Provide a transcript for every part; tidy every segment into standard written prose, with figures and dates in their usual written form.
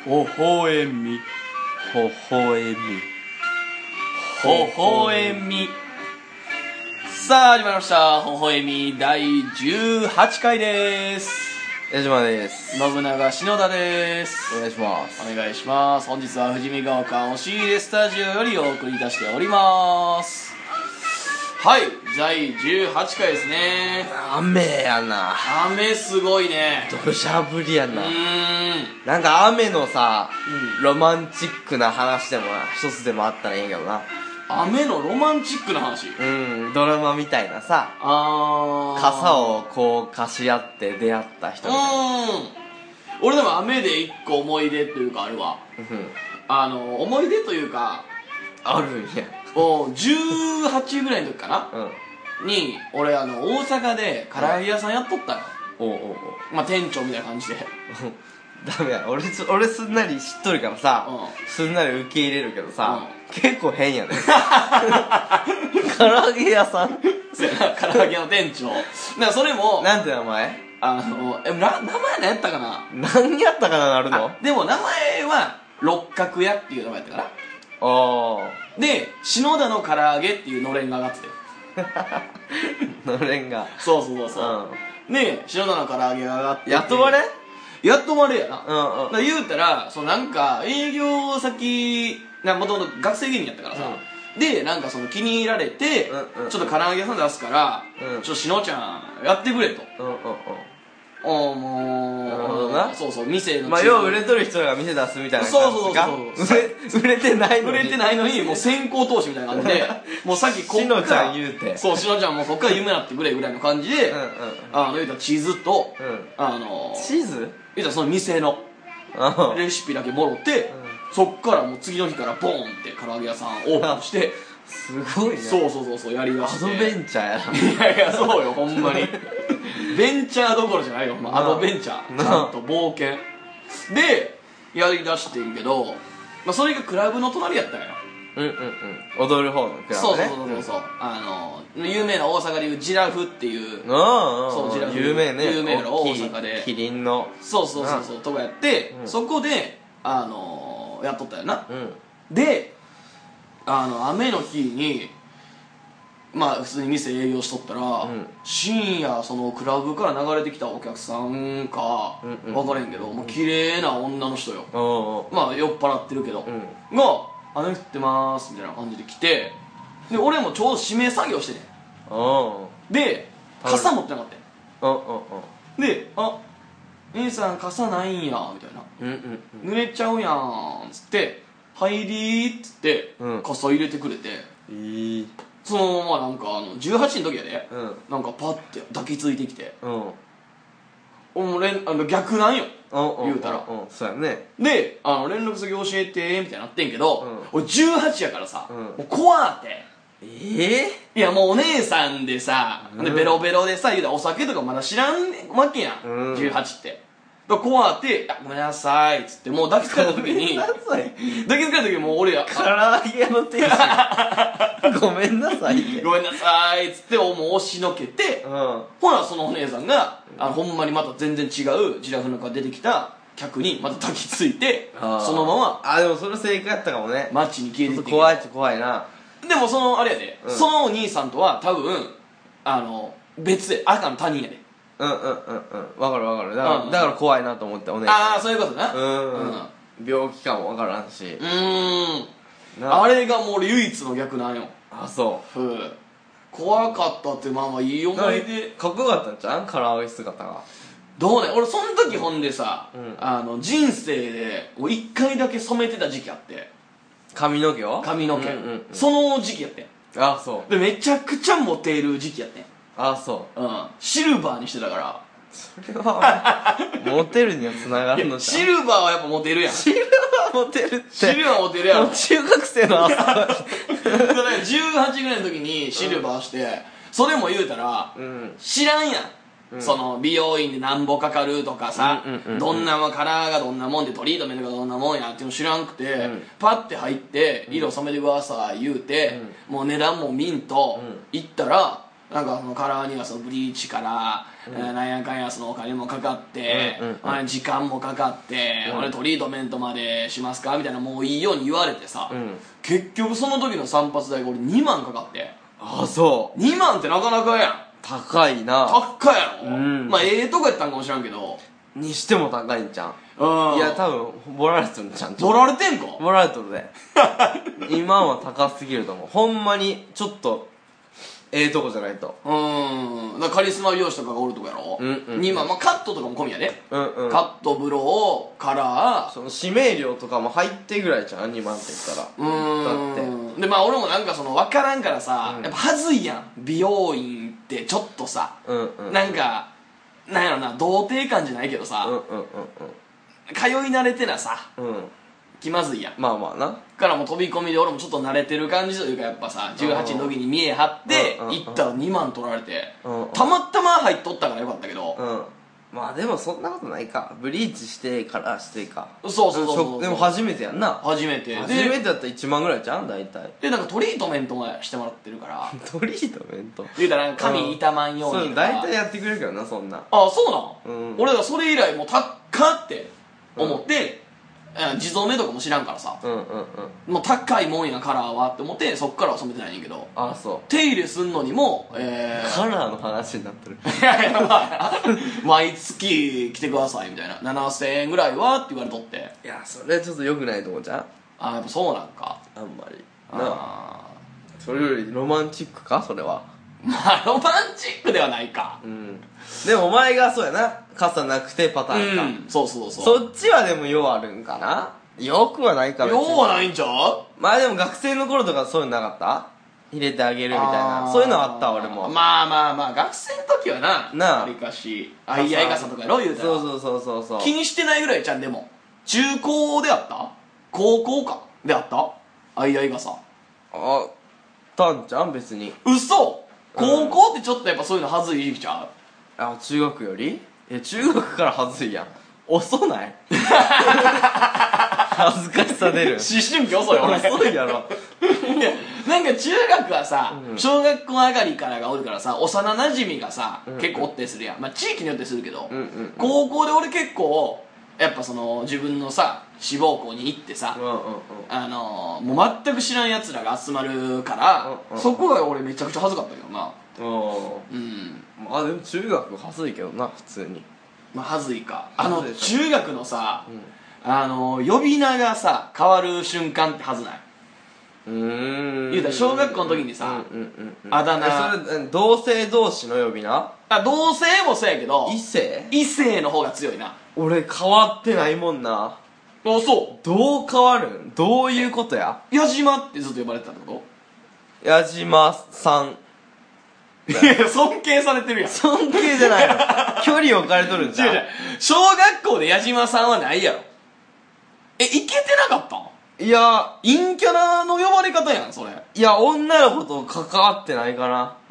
ほほえみほほえみほほえみ。さあ始まりました、ほほえみ第18回です。 矢島です。 信長篠田です。 お願いします。 お願いします。本日は富士見ヶ丘押し入れスタジオよりお送りいたしております。はい、第18回ですね。 雨やな。 雨すごいね。 土砂降りやな。 うーん、 なんか雨のさ、ロマンチックな話でも一つでもあったらいいけどな。 雨のロマンチックな話。 ドラマみたいなさ、傘をこう貸し合って出会った人みたいな。 俺でも雨で一個思い出というかあるわ。思い出というかあるんや。 18ぐらいの時かな、に俺大阪で唐揚げ屋さんやっとったの。まあ店長みたいな感じでダメや、俺すんなり知っとるからさ、すんなり受け入れるけどさ、結構変やね唐揚げ屋さんそうやな、唐揚げ屋の店長。だからそれもなんて名前？ 名前何やったかな。 何やったかななるの？ でも名前は六角屋っていう名前やったかな。で篠田の唐揚げっていうのれんが上がってたよのれんが。 そう、で篠田の唐揚げが上がってて、 雇われやな、だかから言うたらなんか営業先もともと学生芸人やったからさ、でなんか気に入られて、ちょっと唐揚げ屋さん出すから、ちょっとしのちゃんやってくれと。もうなるほどな。 そう店のまあ要は売れとる人が店出すみたいな感じか。売れてないのにもう先行投資みたいな感じでもうさっきしのちゃん言うて、 そうしのちゃんもこっから夢なってくれぐらいの感じで、言うたら地図と、 地図言うたらその店のレシピだけもろって、そっからもう次の日からボーンって唐揚げ屋さんオープンして、 すごいね。 そうやりだして、 アドベンチャーやな。 いやそうよほんまにベンチャーどころじゃないよ、アドベンチャー、ちゃんと冒険でやりだしてんけど、それがクラブの隣やったんよ。 踊る方のクラブね。 そう有名な大阪でいうジラフっていう、 そうジラフ有名ね。 有名な大阪でキリンのそうとかやって、そこでやっとったよな。で雨の日にまあ普通に店営業しとったら、深夜そのクラブから流れてきたお客さんか分からへんけど、もう綺麗な女の人よ。まあ酔っ払ってるけど、が雨降ってまーすみたいな感じで来て、で俺もちょうど指名作業してね。で傘持ってなかったよ。で兄さん傘ないんやみたいな、濡れちゃうやんっつって、入りーっつって傘入れてくれて、そのままなんか18の時やで、なんかパッて抱きついてきて、逆なんよ言うたら。 そうやね。 で連絡先教えてみたいになってんけど、俺18やからさ、もう怖っていやもうお姉さんでさ、でベロベロでさ、言うたらお酒とかまだ知らんわけやん、18ってだから怖って「ごめんなさい」っつってもう抱きつかれた時に抱きつかれた時にもう俺唐揚げ屋の店主ごめんなさいごめんなさいっつってもう押しのけて、ほらそのお姉さんがほんまにまた全然違うジラフの中出てきた客にまた抱きついて、そのままでもそれ正解やったかもね。 街に消えていって、 怖いっちゃ怖いな。 でもあれやで、そのお兄さんとは多分別で赤の他人やで。 わかる。だから怖いなと思ってお姉さん。 そういうことな。 病気かもわからんし。 あれがもう俺唯一の逆なんよ。 そう怖かったって、まあいい思い出。 かっこよかったんちゃう？唐揚げ姿が。 どうね、俺その時ほんでさ、人生で一回だけ染めてた時期あって、髪の毛その時期やってん。でめちゃくちゃモテる時期やってん。シルバーにしてたから。 それはモテるにはつながるのじゃん。 シルバーはやっぱモテるやん。 シルバーモテるってシルバーモテるやろ。 中学生の朝 18ぐらいの時にシルバーして、それも言うたら知らんやん、その美容院でなんぼかかるとかさ、どんなカラーがどんなもんでトリートメントがどんなもんやっていうの知らんくて、パッて入って色染めてください言うて、もう値段もミント行ったらなんかそのカラーにはそのブリーチから、なんやかんやそのお金もかかって、時間もかかって、トリートメントまでしますかみたいなもういいように言われてさ、結局その時の散髪代が俺2万かかって。 あ、そう 2万ってなかなかやん。 高いな。 高いやろ。まあええとこやったんかもしらんけどにしても高いんじゃん。いや多分ボラれてるんちゃんと。 ボラれてんか。 ボラれとるで今は高すぎると思う。ほんまにちょっとええとこじゃないと。 だからカリスマ美容師とかがおるとこやろ。2万、まあカットとかも込みやで。カットブローカラー、 その指名料とかも入ってぐらいじゃん、2万って言ったら。だってでまあ俺もなんかその分からんからさ、やっぱはずいやん美容院ってちょっとさ、なんかなんやろな、童貞感じゃないけどさ、通い慣れてなさ、気まずいやん。 まあまあな。 からもう飛び込みで俺もちょっと慣れてる感じというか、やっぱさ18の時に見え張って行ったら2万取られて、たまたま入っとったからよかったけど、 まあでもそんなことないか。ブリーチしてからしてか。 そうでも初めてやんな。 初めてだったら1万ぐらいじゃん大体。 でなんかトリートメントもしてもらってるからトリートメント言うたら髪傷まんようにそう大体やってくれるからな、そんな。 あ、そうなん、俺はそれ以来もう高っって思って、地染めとかも知らんからさ、もう高いもんやカラーはって思ってそっからは染めてないんやけど、 あ、そう手入れすんのにも、 カラーの話になってるいやいや、まあ毎月来てくださいみたいな、7000円ぐらいはって言われとって、 いやそれはちょっと良くないとこじゃん。 あ、やっぱそうなんか。 あんまりな。それよりロマンチックかそれは。 まあロマンチックではないか。 でもお前がそうやな、傘なくてパターンか。 そうそっちはでも用あるんかな。よくはないから用はないんちゃう。 まあでも学生の頃とかそういうのなかった？入れてあげるみたいな、そういうのあった俺も。 まあ学生の時はなありかし相合い傘とかやろ言うたら。 そう気にしてないぐらいちゃん。でも中高であった、高校かであった相合い傘あったんちゃん別に。 嘘。高校ってちょっとやっぱそういうのはずい時期ちゃう。 あ、中学より？中学からはずいやん。遅ない恥ずかしさ出る。 思春期遅い俺。 遅いやろ。 いやなんか中学はさ、小学校上がりからがおるからさ、幼馴染がさ、結構おってするやん。まあ地域によってするけど、高校で俺結構やっぱその自分のさ志望校に行ってさ、もう全く知らんやつらが集まるから、そこが俺めちゃくちゃ恥ずかったけどな。 まあでも中学はずいけどな普通に。 まあはずいか。中学のさ、呼び名がさ変わる瞬間ってはずない？言うたら小学校の時にさ、あだ名、 それ同性同士の呼び名？ 同性もそうやけど異性の方が強いな。 俺変わってないもんな。 あ、そう。 どう変わるん？どういうことや？ 矢島ってずっと呼ばれてたってこと？ 矢島さん。 いや尊敬されてるやん。 尊敬じゃないの。距離置かれとるんじゃん。 違う小学校で矢島さんはないやろ。いけてなかったん？ いや陰キャラの呼ばれ方やんそれ。 いや女の子と関わってないかな。 なる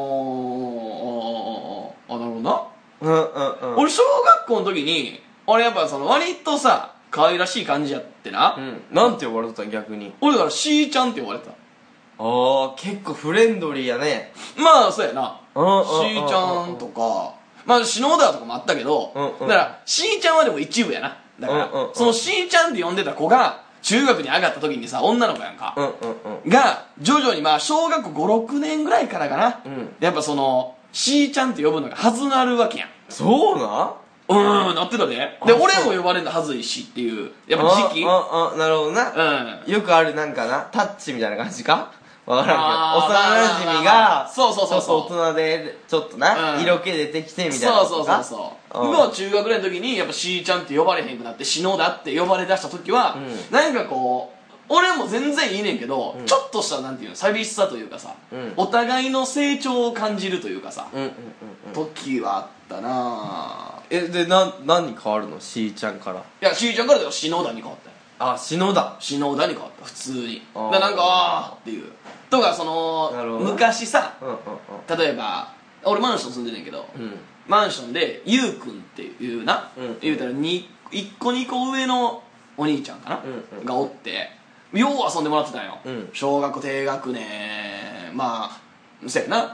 ほどな。俺小学校の時に俺やっぱその割とさ可愛らしい感じやってな。 なんて呼ばれてたん逆に？ 俺だからしーちゃんって呼ばれてた。 結構フレンドリーやね。 まあそうやな。しーちゃんとか、まあ篠田とかもあったけど、だからしーちゃんはでも一部やな。だからそのしーちゃんって呼んでた子が中学に上がった時にさ、女の子やんか、が徐々にまあ小学校56年ぐらいからかな、やっぱそのしーちゃんって呼ぶのがはずなるわけやん。 そうなん？ なってたで。で俺も呼ばれるのはずいしっていうやっぱ時期。 なるほどな。よくあるなんかな、タッチみたいな感じかわからんけど、幼馴染がそう大人でちょっとな、色気出てきてみたいな。 そうが中学年の時にやっぱしーちゃんって呼ばれへんくなって、篠田って呼ばれ出した時は、なんかこう俺も全然いいねんけど、ちょっとしたなんていうの寂しさというかさ、お互いの成長を感じるというかさ、時はあったな。 で何変わるの？しーちゃんから。 いやしーちゃんからだよ篠田に変わったよ。 あ、篠田に変わった普通に。なんかっていうとか、その昔さ、例えば俺マンション住んでんねんけど、マンションでゆうくんっていうな、言うたら1個2個上のお兄ちゃんかな、がおって、よう遊んでもらってたんよ、小学低学年。まあそうやな、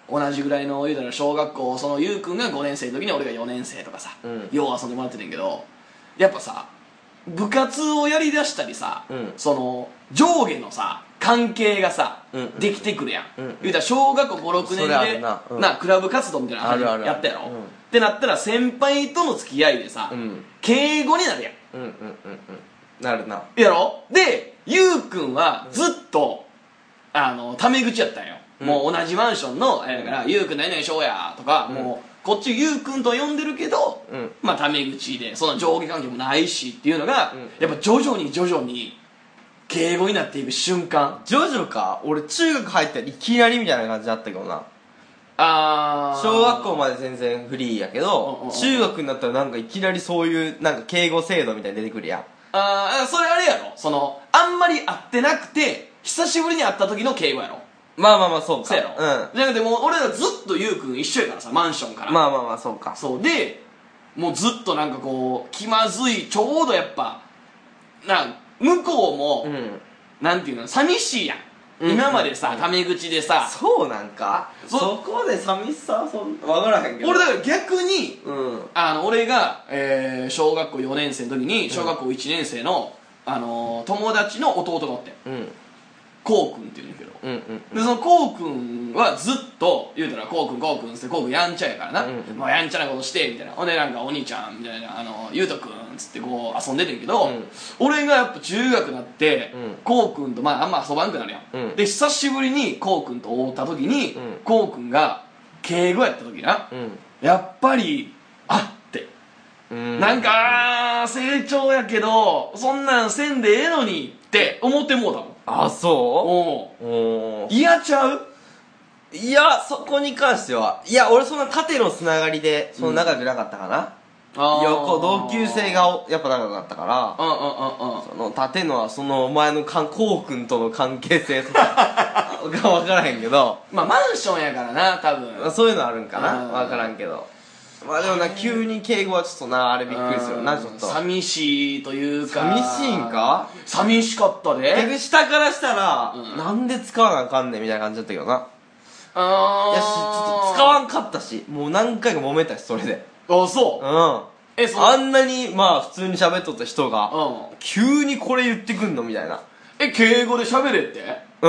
同じぐらいの言うたら小学校、そのゆうくんが5年生の時に俺が4年生とかさ、よう遊んでもらってるんけど、やっぱさ部活をやりだしたりさ、その上下のさ関係がさ、できてくるやん、言うたら小学校56年でな、クラブ活動みたいなのやったやろ、ってなったら先輩との付き合いでさ、敬語になるやん、 なるなやろ。でゆうくんはずっとタメ口やったんよ、もう同じマンションのだからゆうくん何々しようやとか、もうこっちゆうくんと呼んでるけど、まあタメ口でそんな上下関係もないしっていうのが、やっぱ徐々に敬語になっていく瞬間。 ジョジョか。俺中学入ったらいきなりみたいな感じだったけどな。小学校まで全然フリーやけど、中学になったらなんかいきなりそういうなんか敬語制度みたいに出てくるやん。 それあれやろ、そのあんまり会ってなくて久しぶりに会った時の敬語やろ。 まあそうか。 そうやろ、じゃなくてもう俺らずっとゆうくん一緒やからさ、マンションから。 まあそうか。 そうでもうずっとなんかこう気まずい、ちょうどやっぱ向こうも、なんていうの、寂しいやん、今までさタメ口でさ。 そうなんかそこで寂しさは分からへんけど、 俺だから逆に、俺が、小学校4年生の時に小学校1年生の、友達の弟がおって、こうくんっていうんだけど、でそのこうくんはずっと言うたらこうくんってこうくんやんちゃやからな、まあ、やんちゃなことしてみたいな、ほんでなんかお兄ちゃんみたいなゆうとくんっつってこう遊んでてんけど、俺がやっぱ中学になって、こうくんとまああんま遊ばんくなるやん、で久しぶりにこうくんと会った時に、こうくんが敬語やった時な、やっぱりってなんか成長やけどそんなんせんでええのにって思ってもうたもん。 そう嫌ちゃう。 いや、そこに関してはいや、俺そんな縦のつながりでその仲良くなかったかな、同級生がやっぱ仲良かったから、その縦のはそのお前のこうくんとの関係性とかが分からへんけど、 まあマンションやからな多分、 そういうのあるんかな、分からんけど、まあでもな、急に敬語はちょっとな、あれびっくりするよな、ちょっと寂しいというか。 寂しいんか。 寂しかったで。 下からしたら、なんで使わなあかんねんみたいな感じだったけどな。ちょっと使わんかったし、もう何回か揉めたし、それで。 そうあんなにまあ普通に喋っとった人が、急にこれ言ってくんのみたいな。 敬語で喋れって。それ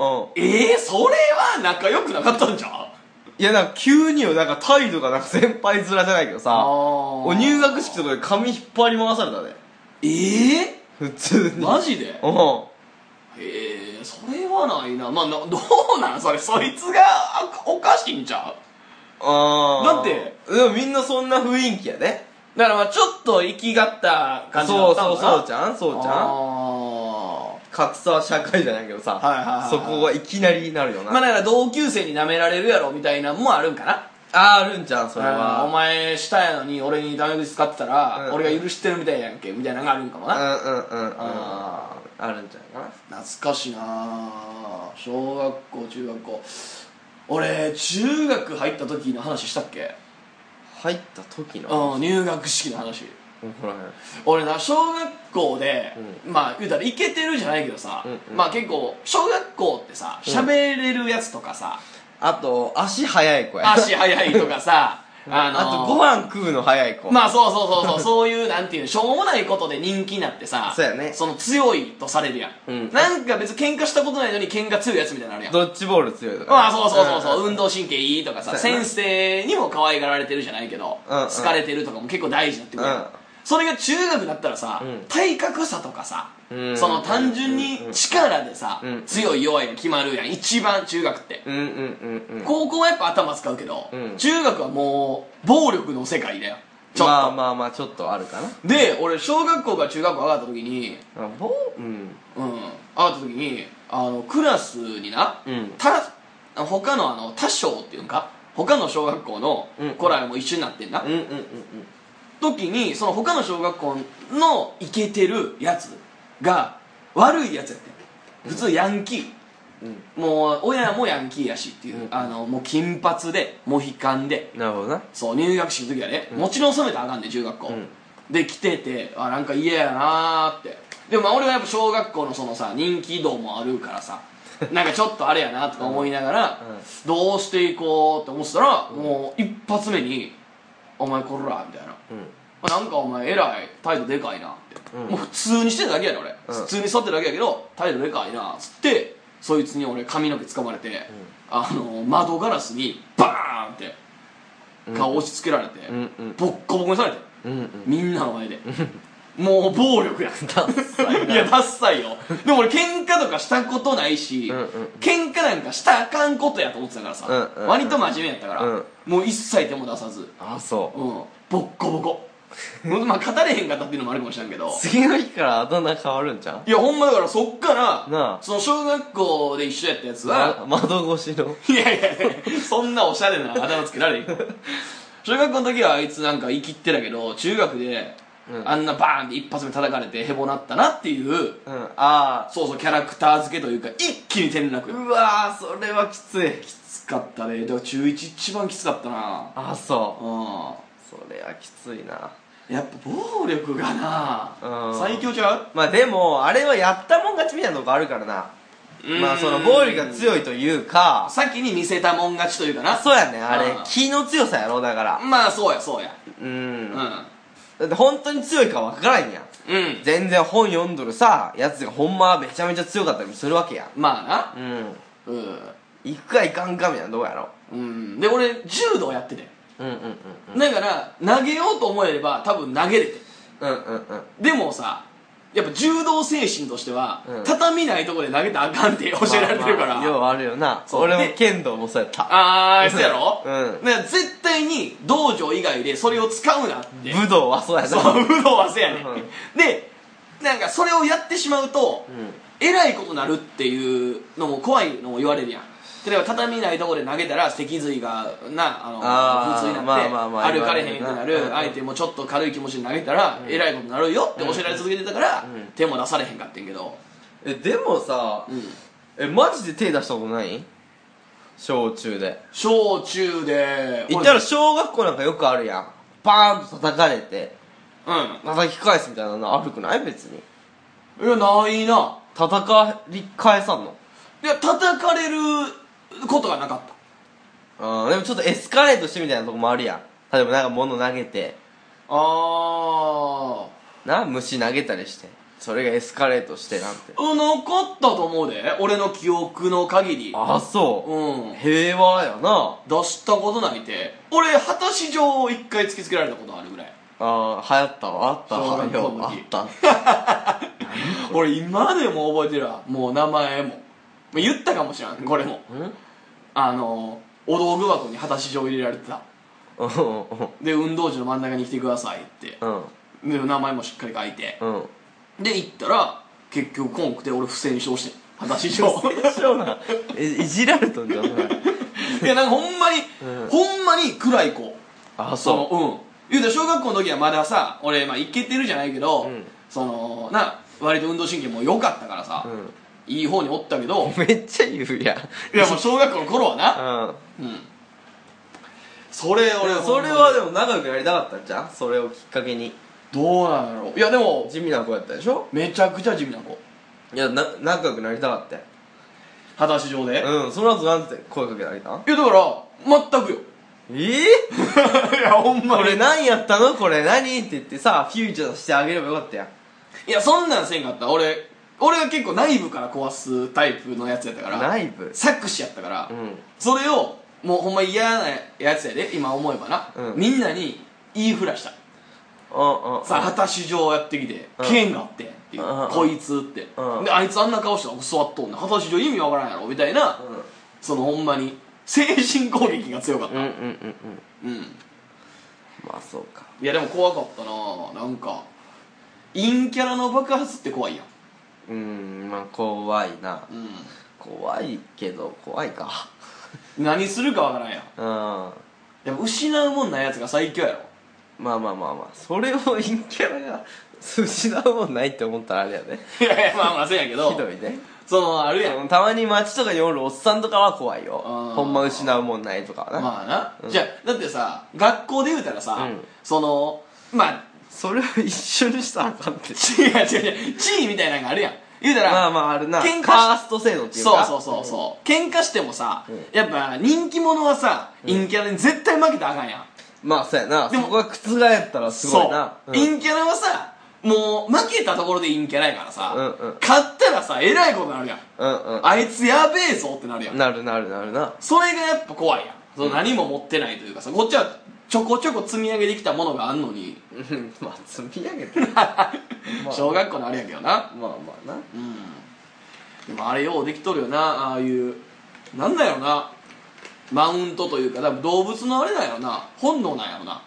は仲良くなかったんじゃん。 いや、なんか急によ、なんか態度がなんか先輩面じゃないけどさ、入学式とかで髪引っ張り回されたで。普通に。 マジで。それはないな。まあどうなんそれ、そいつがおかしいんちゃう。だってでもみんなそんな雰囲気やで。 だからまあちょっと生きがった感じだったのかな。 そうちゃん格差社会じゃないけどさ、そこはいきなりなるよな。 まあだから同級生に舐められるやろみたいなのもあるんかな。 あるんちゃう、それは。 お前下やのに俺にタメ口使ってたら、俺が許してるみたいやんけみたいなのがあるんかもな。 あるんちゃうかな。 懐かしいな。小学校中学校、俺中学入った時の話したっけ。 入った時の入学式の話。俺な、小学校で、まあ言うたらイケてるじゃないけどさ、まあ結構小学校ってさ喋れるやつとかさ、 あと足速い子や。 足速いとかさあとご飯食うの早い子。 まあそういうなんていうの、しょうもないことで人気になってさ、 そうやね、 その強いとされるやん、なんか別に喧嘩したことないのに喧嘩強いやつみたいなのあるやん。 ドッジボール強いとか、 そう運動神経いいとかさ、先生にも可愛がられてるじゃないけど、好かれてるとかも結構大事になってくるやん。それが中学になったらさ、体格差とかさ、その単純に力でさ、強い弱いが決まるやん、一番中学って。高校はやっぱ頭使うけど、中学はもう暴力の世界だよ。ちょっとまあちょっとあるかな。 で俺小学校から中学校上がった時に上がった時にクラスにな、他の他小っていうんか、他の小学校の子らも一緒になってんな、時にその他の小学校のイケてるやつが悪いやつやってん。普通ヤンキー、もう親もヤンキーやしっていう、もう金髪でモヒカンで、 なるほどな。 そう入学式の時はね、もちろん染めたらあかんで中学校、で来てて、なんか嫌やなーって。でもまあ俺はやっぱ小学校のそのさ人気度もあるからさ、 なんかちょっとあれやなとか思いながら、どうしていこうって思ってたら、もう一発目に「お前こら」みたいな、なんかお前えらい態度でかいなって、もう普通にしてただけやで俺、普通に座ってるだけやけど態度でかいなっつって、そいつに俺髪の毛掴まれて、窓ガラスにバーンって顔押し付けられて、ボッコボコにされて、みんなの前でもう暴力やダッサいな。 いやダッサいよ。でも俺喧嘩とかしたことないし、喧嘩なんかしたらあかんことやと思ってたからさ、割と真面目やったから、もう一切手も出さず、 あ、そう、 ボッコボコまあ語れへんかったっていうのもあるかもしれんけど、 次の日からあだ名変わるんじゃん。 いやほんまだからそっからなあ、 その小学校で一緒やったやつは、 窓越しのいやいやそんなおしゃれなあだ名つけられへん小学校の時はあいつなんか生きってたけど、中学であんなバーンって一発目叩かれてヘボなったなっていう、そうそうキャラクター付けというか一気に転落。 うわー、それはきつい。 きつかったね。だから中1一番きつかったな。 あ、そうそれはきついな。 やっぱ暴力がな、最強ちゃう。 まあでもあれはやったもん勝ちみたいなとこあるからな。まあその暴力が強いというか、 先に見せたもん勝ちというかな。 そうやね、あれ気の強さやろ。だからまあそうやそうや、 だって本当に強いか分からんやん。全然本読んどるさやつがほんまはめちゃめちゃ強かったりもするわけやん。 まあな。 行くか行かんかみたいなどうやろ。 で俺柔道やってて、だから投げようと思えれば多分投げれて、でもさやっぱ柔道精神としては、畳ないとこで投げたらあかんって教えられてるから、 ようあるよな。俺も剣道もそうやった。 そうやろ。だから絶対に道場以外でそれを使うなって。 武道はそうやな。 そう武道はそうやねん。でなんかそれをやってしまうと、えらいことなるっていうのも怖いのも言われるやん。例えば畳ないとこで投げたら脊髄がな、普通になって歩かれへんくなる、相手もちょっと軽い気持ちで投げたらえらいことになるよって教えられ続けてたから、手も出されへんかってんけど。 でもさ、マジで手出したことない？小中で。 小中で言ったら小学校なんかよくあるやん。バーンと叩かれて叩き返すみたいなのあるくない？別に。 いやないな。 叩き返さんの？ いや叩かれることがなかった。 でもちょっとエスカレートしてみたいなとこもあるやん。例えばなんか物投げて虫投げたりして、それがエスカレートしてなんて。 なかったと思うで、俺の記憶の限り。 そう。平和やな。 出したことないて。俺果たし状を一回突きつけられたことあるぐらい。 流行ったわ。あったわ。あった。 俺今でも覚えてるわ。もう名前も言ったかもしれん、これも。お道具箱に果たし状入れられてた。で運動時の真ん中に来てくださいって、で名前もしっかり書いて、で行ったら結局来んくて、俺不戦勝して果たし状。 いじられとんじゃん。いやなんかほんまに暗い子。言うたら小学校の時はまださ、俺イケてるじゃないけど、割と運動神経も良かったからさ、いい方におったけど。 めっちゃ言うやん。 いやもう小学校の頃はな。それはでも仲良くやりたかったんじゃん、それをきっかけに。 どうなんだろう。いやでも地味な子やったでしょ。 めちゃくちゃ地味な子。 いや仲良くなりたかったよ。 果たし状で。 その後なんて声かけられたん？ いやだから全くよ。いやほんまに。 これ何やったのこれ何って言ってさ、フューチャーしてあげればよかったやん。 いやそんなんせんかった。俺が結構内部から壊すタイプのやつやったから。 内部作詞やったから、それをもうほんま嫌なやつやで今思えばな、みんなに言いふらした。さあ果たし状やってきて剣があってっていう、こいつって、であいつあんな顔して教わっとんねん、果たし状意味わからんやろみたいな、そのほんまに精神攻撃が強かった。まあそうか。 いやでも怖かったな。なんか陰キャラの爆発って怖いやん。 まあ怖いな。怖いけど怖いか。 何するかわからんやん。やっぱ失うもんないやつが最強やろ。 まあそれを陰キャラが失うもんないって思ったらあれやね。 いやまあそうやけど、 ひどいね。 あるやん。 たまに街とかにおるおっさんとかは怖いよ。ほんま失うもんないとかな。 まあな、じゃあだってさ学校で言うたらさ、まあそれを一緒にしたらあかんって。 違う地位みたいなのがあるやん。 言うたらまあまああるな、 喧嘩しカースト制度っていうか、 そう喧嘩してもさ、やっぱ人気者はさ、陰キャラに絶対負けたらあかんやん。 まあそうやな、 でもそこが覆ったらすごいな。 そう、陰キャラはさ、もう負けたところで陰キャラやからさ、 うんうん勝ったらさえらいことになるやん、 うんあいつやべえぞってなるやん。 なるな。 それがやっぱ怖いやん、その何も持ってないというかさ、こっちはちょこちょこ積み上げてきたものがあんのにまあ積み上げてまあ小学校のあれやけどな、 まあな、 でもあれようできとるよな、ああいうなんだよな、マウントというか多分動物のあれだよな、本能なんやろな。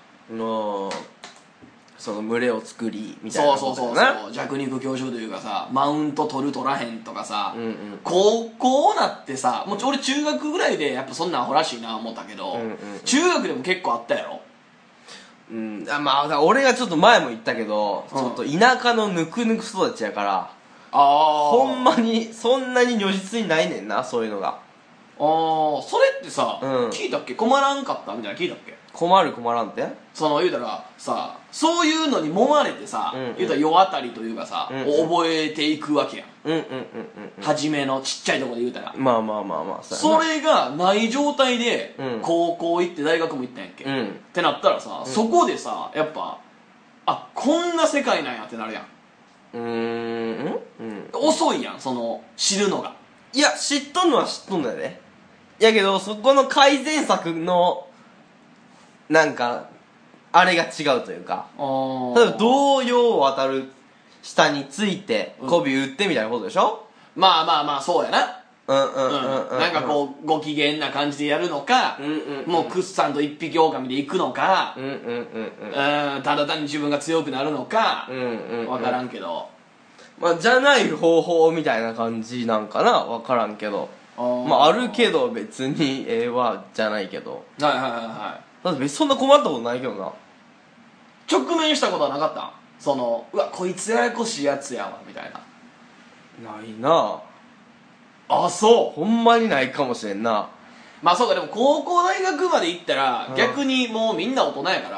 その群れを作りみたいなそうことだよな。 弱肉強食というかさ、マウント取る取らへんとかさ、 うんうん、 高校なってさ、もう俺中学ぐらいでやっぱそんなんアホらしいな思ったけど、中学でも結構あったやろ。 まあだから俺がちょっと前も言ったけど、ちょっと田舎のぬくぬく育ちやからほんまにそんなに如実にないねんな、そういうのが。 それってさ、 うん聞いたっけ、困らんかったみたいな聞いたっけ。 困らんってその言うたらさ、そういうのに揉まれてさ、言うたら世当たりというかさ、覚えていくわけやん、初めのちっちゃいところで言うたら、 まあそれがない状態で、高校行って大学も行ったんやっけ、ってなったらさ、そこでさやっぱこんな世界なんやってなるやん。遅いやん、その知るのが。 いや知っとんのは知っとんだよね。やけどそこの改善策のなんかあれが違うというか、例えば童謡を渡る下について媚び打ってみたいなことでしょ。 まあそうやな。なんかこうご機嫌な感じでやるのか、もうクッさんと一匹狼で行くのか、ただ単に自分が強くなるのか分からんけど、 まあじゃない方法みたいな感じなんかな、分からんけど、まああるけど別にじゃないけど、だって別にそんな困ったことないけどな。 直面したことはなかったん、そのうわこいつややこしいやつやわみたいな。 ないな。 そうほんまにないかもしれんな。 まあそうか、でも高校大学まで行ったら、逆にもうみんな大人やから、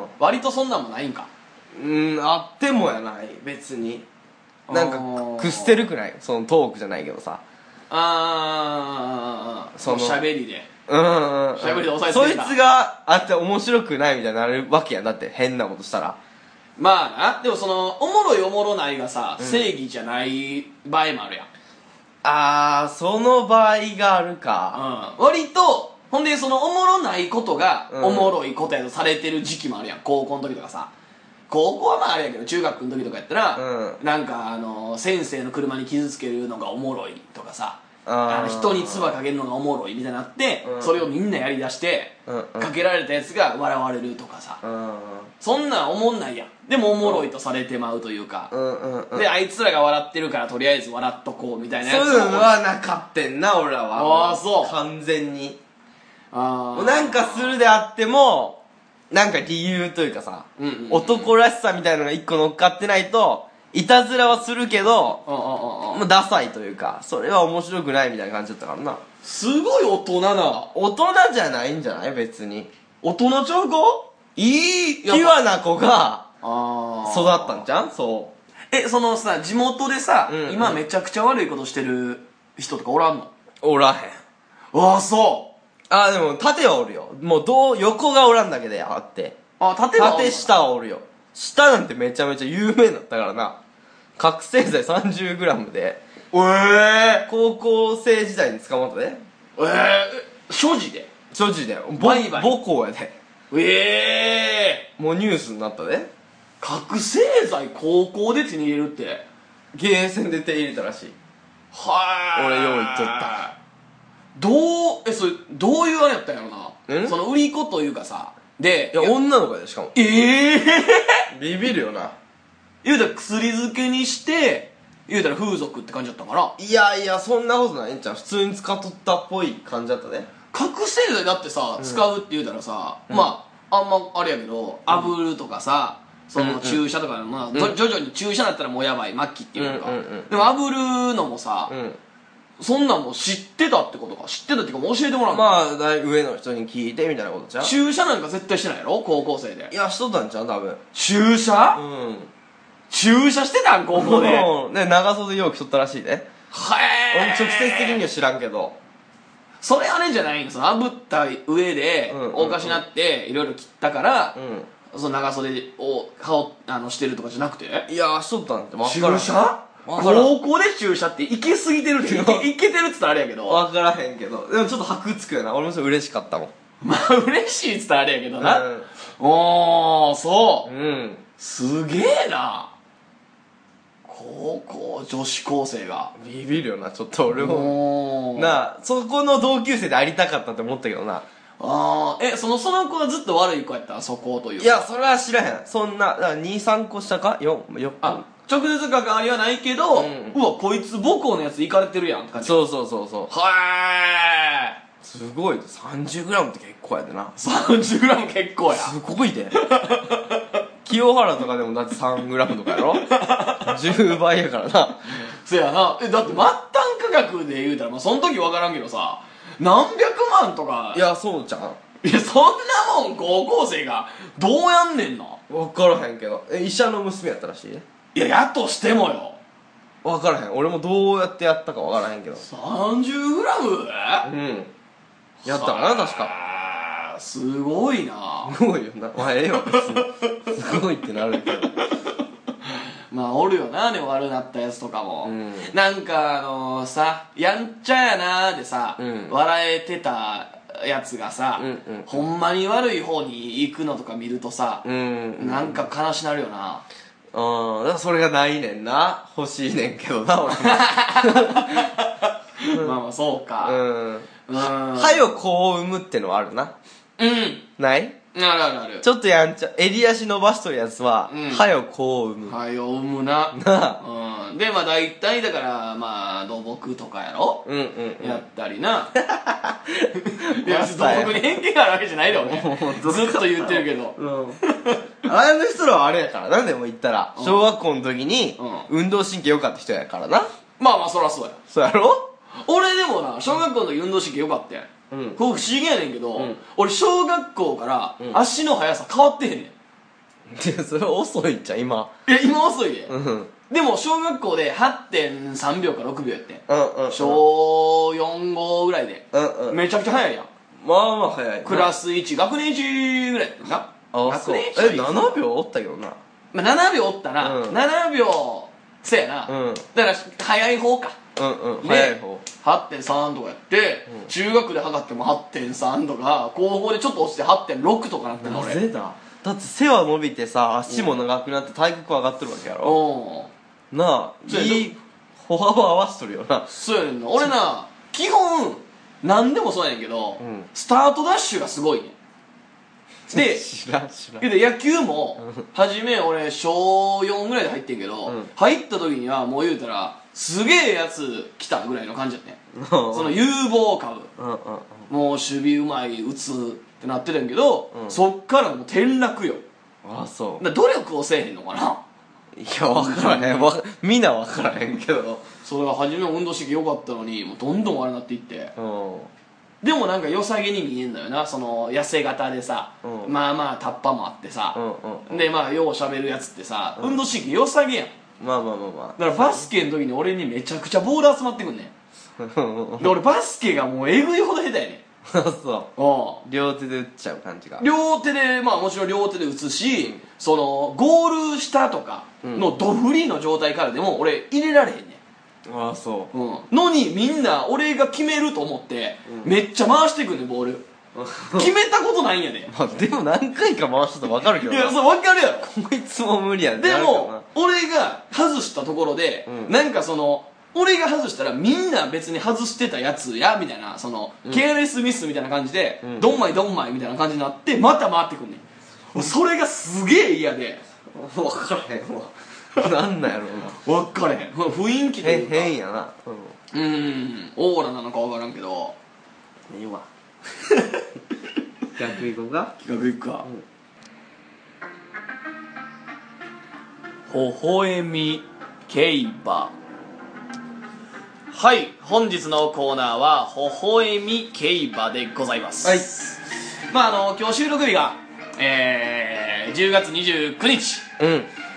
割とそんなんもないんか。 あってもやない、別に。なんかく捨てるくない、そのトークじゃないけどさ、 その喋りで喋りで抑えてそいつがあって面白くないみたいになるわけやん。だって変なことしたら。 まあな、でもそのおもろいおもろないがさ、正義じゃない場合もあるやん。 その場合があるか。 割とほんでそのおもろないことがおもろいことやとされてる時期もあるやん、高校の時とかさ。高校はまああれやけど中学の時とかやったら、なんか先生の車に傷つけるのがおもろいとかさ、人に唾かけるのがおもろいみたいになって、それをみんなやりだして、かけられたやつが笑われるとかさ、そんなんおもんないやん。でもおもろいとされてまうというか、であいつらが笑ってるからとりあえず笑っとこうみたいなやつも。 そういうのはなかってんな、俺らは。 そう完全になんかするであってもなんか理由というかさ、男らしさみたいなのが一個乗っかってないと、いたずらはするけど、ダサいというか、それは面白くないみたいな感じだったからな。 すごい大人な。 大人じゃないんじゃない、別に。 大人ちゃうか。いいピュアな子が育ったんじゃん。 そのさ、地元でさ、今めちゃくちゃ悪いことしてる人とかおらんの？ おらへん。 そうでも縦はおるよ。もう横がおらんだけであって、縦下はおるよ。下なんてめちゃめちゃ有名だったからな。覚醒剤 30g で高校生時代に捕まったで。 所持で母校やで。もうニュースになったで。 覚醒剤高校で手に入れるって。 ゲーセンで手入れたらしい。俺用意取った。 それどういうあれやったんやろな。その売り子というかさ、で女の子やで、しかも。ビビるよな。 言うたら薬漬けにして言うたら風俗って感じだったから。 いやそんなことないんちゃう。普通に使っとったっぽい感じだったで。 覚醒剤だってさ、使うって言うたらさ、まああんまあれやけど、炙るとかさ、その注射とか、まあ徐々に注射だったらもうやばい末期っていうか、でも炙るのもさ、そんなんも知ってたってことか。知ってたっていうかもう教えてもらうの。 まあ上の人に聞いてみたいなことじゃん。 注射なんか絶対してないやろ、高校生で。 いや、しとったんちゃう、多分。 注射？ 駐車してたん高校で。 ね、長袖よく着とったらしいで。 は俺直接的には知らんけど。 それあれじゃないの、その炙った上でおかしなっていろいろ切ったから、その長袖をしてるとかじゃなくて、 いやしとったんって分駐からん。 車高校で駐車って行き過ぎてるって行けてるっつったらあれやけど、 分からへんけど、でもちょっと箔つくよな。俺もそれ嬉しかったもん。 まあ嬉しいっつったらあれやけどな。おー、そうすげえな。高校女子高生がビビるよな、ちょっと俺もなあ、そこの同級生でありたかったって思ったけどな。 その子はずっと悪い子やったそこというか。 いや、それは知らへん。そんな、2、3個下か ?4、 直接関わりはないけど、うわ、こいつ母校のやつ行かれてるやんって感じ。 そうはすごい。30g って結構やでな。 30g 結構や。 すごいで。清原とかでもだって 3g とかやろ10倍やからな。 そやな。だって末端価格で言うたら、まあその時分からんけどさ、何百万とか。 いや、そうちゃん。 いや、そんなもん高校生がどうやんねんな。 分からへんけど。医者の娘やったらしい。 いや、やとしてもよ。 分からへん。俺もどうやってやったか分からへんけど。 30g？ やったかな、確か。 すごいな。 すごいよな。まあええよ、別に。すごいってなるけど。 まあおるよな、でも悪なったやつとかも、なんかさ、やんちゃやなーでさ、笑えてたやつがさ、ほんまに悪い方に行くのとか見るとさ、なんか悲しなるよな。 だからそれがないねんな。欲しいねんけどな、俺も。 まあまあそうか。 はよ子を産むってのはあるな。ない？ あるあるある。 ちょっとやんちゃ、襟足伸ばしとるやつは、はよ子を産む。 はよ産むな。で、まあ大体だから、まあ土木とかやろ、やったりな。いや、土木に偏見があるわけじゃないだろ、ね、ずっと言ってるけど。 あの人らはあれやからな、でも言ったら。小学校の時に、運動神経良かった人やからな。 まあまあそらそうや。 そうやろ？ 俺でもな、小学校の時運動神経良かったやん。これ不思議やねんけど、俺小学校から足の速さ変わってへんねん。 それ遅いんちゃう今。 いや今遅いで。でも小学校で 8.3 秒か6秒やってん。小4、5ぐらいで。めちゃくちゃ速いやん。 まあまあ速い。 クラス1、学年1ぐらいやってんな。 学年1 7秒おったけどな。 まあ7秒おったな。7秒、そうやな。だから速い方か。 早い方。 8.3 とかやって、中学で測っても 8.3 とか、高校でちょっと落ちて 8.6 とかなってんの俺。 なぜだ？だって背は伸びてさ、足も長くなって体格上がってるわけやろ。なあ、いい歩幅合わしとるよな。 そうやねんな。俺な、基本何でもそうやねんけど、スタートダッシュがすごいねん。で、 知らんで野球も初め俺小4ぐらいで入ってんけど、入った時にはもう言うたらすげえやつ来たぐらいの感じやってん。その有望株、もう守備うまい打つってなってたんやけど、そっからもう転落よ。 あ、そう。 努力をせえへんのかな。 いや、分からへん。みんな分からへんけど。 それが初めは運動神経良かったのにもうどんどん悪なっていって、でもなんか良さげに見えんだよな、その痩せ型でさ、まあまあタッパもあってさ、でまあよう喋るやつってさ、運動神経良さげやん。 まあだからバスケの時に俺にめちゃくちゃボール集まってくんねん。で俺バスケがもうえぐいほど下手やねん。 そう。両手で打っちゃう感じが。 両手で、まあもちろん両手で打つし、そのゴール下とかのドフリーの状態からでも俺入れられへんねん。 ああ、そう。 のにみんな俺が決めると思ってめっちゃ回してくんねんボール。決めたことないんやで。 まあでも何回か回したと分かるけどな。 いや、そう分かるやろ。 こいつも無理やでも俺が外したところで、なんかその俺が外したらみんな別に外してたやつやみたいな、そのケアレスミスみたいな感じで、ドンマイドンマイみたいな感じになってまた回ってくんねん。それがすげえ嫌で分からへんわ。なんなんやろうな。分かれへん。雰囲気で変やな。 オーラなのか分からんけど。 いいわ。逆行こうか。 逆行くか。微笑み競馬。はい、本日のコーナーは微笑み競馬でございます。はい。まあ今日収録日が10月29日。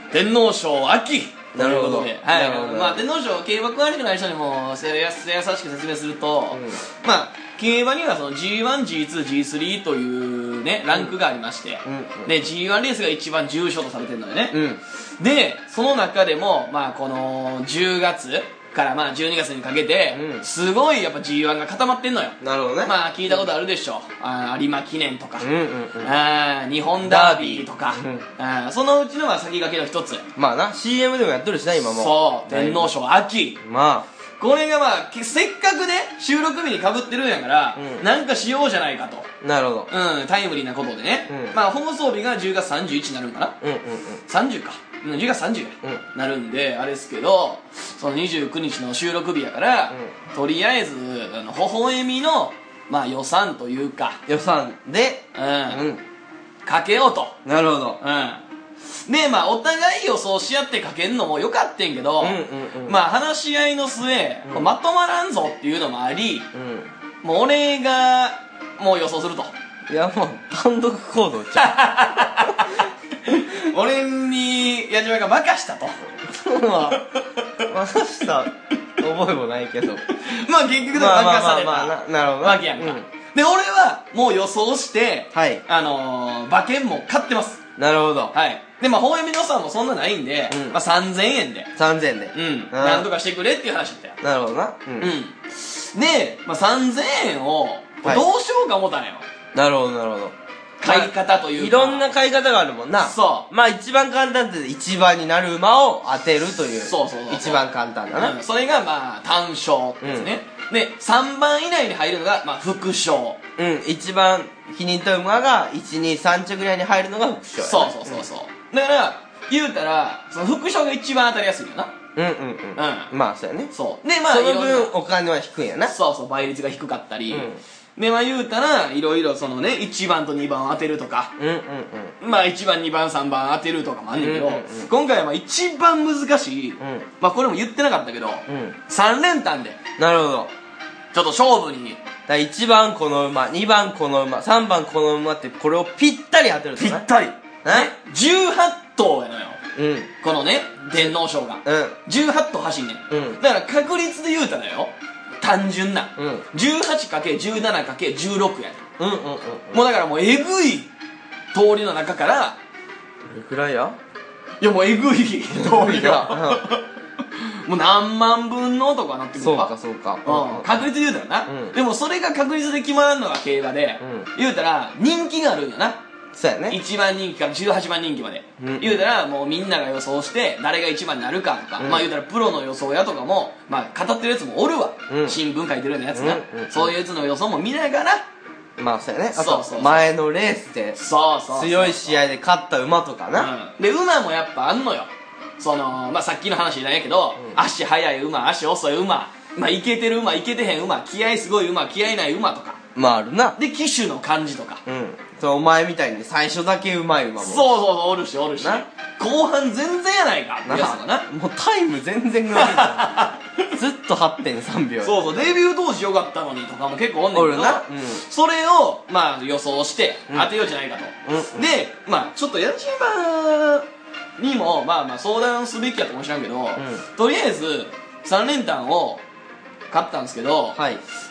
天皇賞秋なるほど。 はい。まあ天皇賞、競馬詳しくない人にも優しく説明すると、まあ競馬にはその G1、G2、G3 というね、ランクがありまして、で、G1 レースが一番重賞とされてるのよね。で、その中でも、まあこの10月からまあ12月にかけて、すごいやっぱ G1 が固まってんのよ。 なるほどね。 まあ聞いたことあるでしょ。有馬記念とか、日本ダービーとか、そのうちのまあ先駆けの一つ。 まあな、CM でもやってるしな、今も。 そう、天皇賞秋。 まあ。 これがまあ、せっかくね、収録日に被ってるんやから、なんかしようじゃないかと。 なるほど。 タイムリーなことでね。まあ、放送日が10月31になるんかな。30か。10月30や。なるんで、あれですけど、その29日の収録日やから、とりあえず、微笑みの、まあ予算というか。 予算で、 かけようと。 なるほど。 で、まあ、お互い予想し合ってかけんのもよかってんけど、まあ、話し合いの末、まとまらんぞっていうのもあり、もう俺が、もう予想すると。 いや、もう、単独行動ちゃう。俺に、矢島が任したと。 任した覚えもないけど。 まあ、結局でも任されたわけやんか。で、俺は、もう予想して、馬券も買ってます。 なるほど。 はい。で、まあ、微笑みの予算もそんなないんで、まあ、3000円で。 3000円で。 なんとかしてくれっていう話だったよ。 なるほどな。 で、まあ、3000円を、どうしようか思ったのよ。 なるほど、なるほど。 買い方というか。 いろんな買い方があるもんな。そう。まあ、一番簡単って一番になる馬を当てるという。そう。一番簡単だな。 それが、まあ、単勝ですね。で、3番以内に入るのが、まあ、副賞。 一番気に入った馬が、1、2、3着ぐらいに入るのが副賞。 そう。だから、言うたら、その副賞が一番当たりやすいよな。 まあ、そうやね。 そう。 で、まあ、その分お金は低いんやな。 そう、倍率が低かったり。で、まあ言うたら、いろいろそのね、1番と2番を当てるとか、まあ1番、2番、3番当てるとかもあんねんけど、今回はまあ一番難しい、まあこれも言ってなかったけど、3連単で、 なるほど。 ちょっと勝負に。 1番この馬、2番この馬、3番この馬ってこれをぴったり当てるとぴったり。18頭やのよ。このね、天皇賞が。18頭走んねん。だから確率で言うたらよ、単純な、18×17×16 やねん。もうだからもうえぐい通りの中から、 どれくらいや？ いやもうえぐい通りがもう何万分のとかなってくるか。 そうか。 確率で言うたらな。でもそれが確率で決まるのが競馬で、言うたら人気があるんやな。 そうやね。 1番人気から18番人気まで。言うたらもうみんなが予想して誰が1番になるかとか、まあ言うたらプロの予想やとかも、まあ語ってるやつもおるわ。新聞書いてるようなやつな。そういうやつの予想も見ながら、 まあそうやね。あと前のレースで強い試合で勝った馬とかな。 で、馬もやっぱあんのよ。その、まあさっきの話じゃないけど、足速い馬、足遅い馬、まあイケてる馬、イケてへん馬、気合すごい馬、気合ない馬とか。 まああるな。 で、騎手の感じとか。 そう、お前みたいに最初だけうまい馬も。 そう、おるし。後半全然やないかってやつがな。 もうタイム全然伸びた。ずっと 8.3 秒。 そう、デビュー当時よかったのにとかも結構おんねんけど、それを、まあ予想して当てようじゃないかと。で、まあちょっと矢島にも、まあ相談すべきやとも知らんけど、とりあえず3連単を買ったんですけど、まあ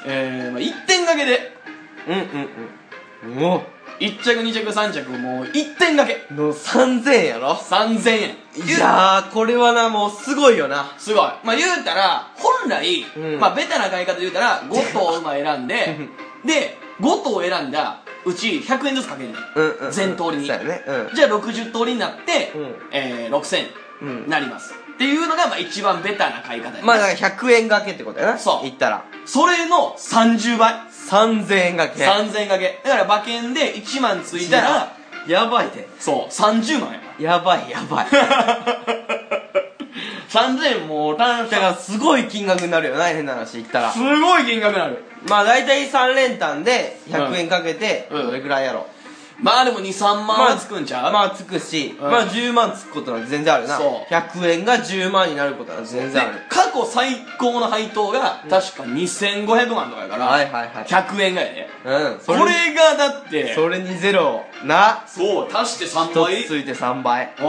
1点掛けで、もう1着2着3着もう1点掛けの3000円やろ。 3000円。 いやー、これはな、もうすごいよな。 すごい。まあ言うたら本来、まあベタな買い方で言うたら5頭馬選んでで5頭選んだうち100円ずつかけんねん、全通りに。じゃあ60通りになって、6000円になります、っていうのがまあ一番ベタな買い方や。 まあだから100円掛けってことやな。そう言ったらそれの30倍、 3000円掛け。 3000円掛けだから馬券で1万ついたらやばいで。 そう30万やばい 3000円もうだからすごい金額になるよな、変な話言ったら。 すごい金額になる。 まあ大体3連単で100円かけてどれくらいやろ。 まあでも2、3万はつくんちゃう。 まあつくし、まあ10万つくことなんて全然あるな。100円が10万になることなんて全然ある。 過去最高の配当が確か2500万とかやから、100円がやで。これがだってそれにゼロな。 そう足して3倍、 ついて3倍。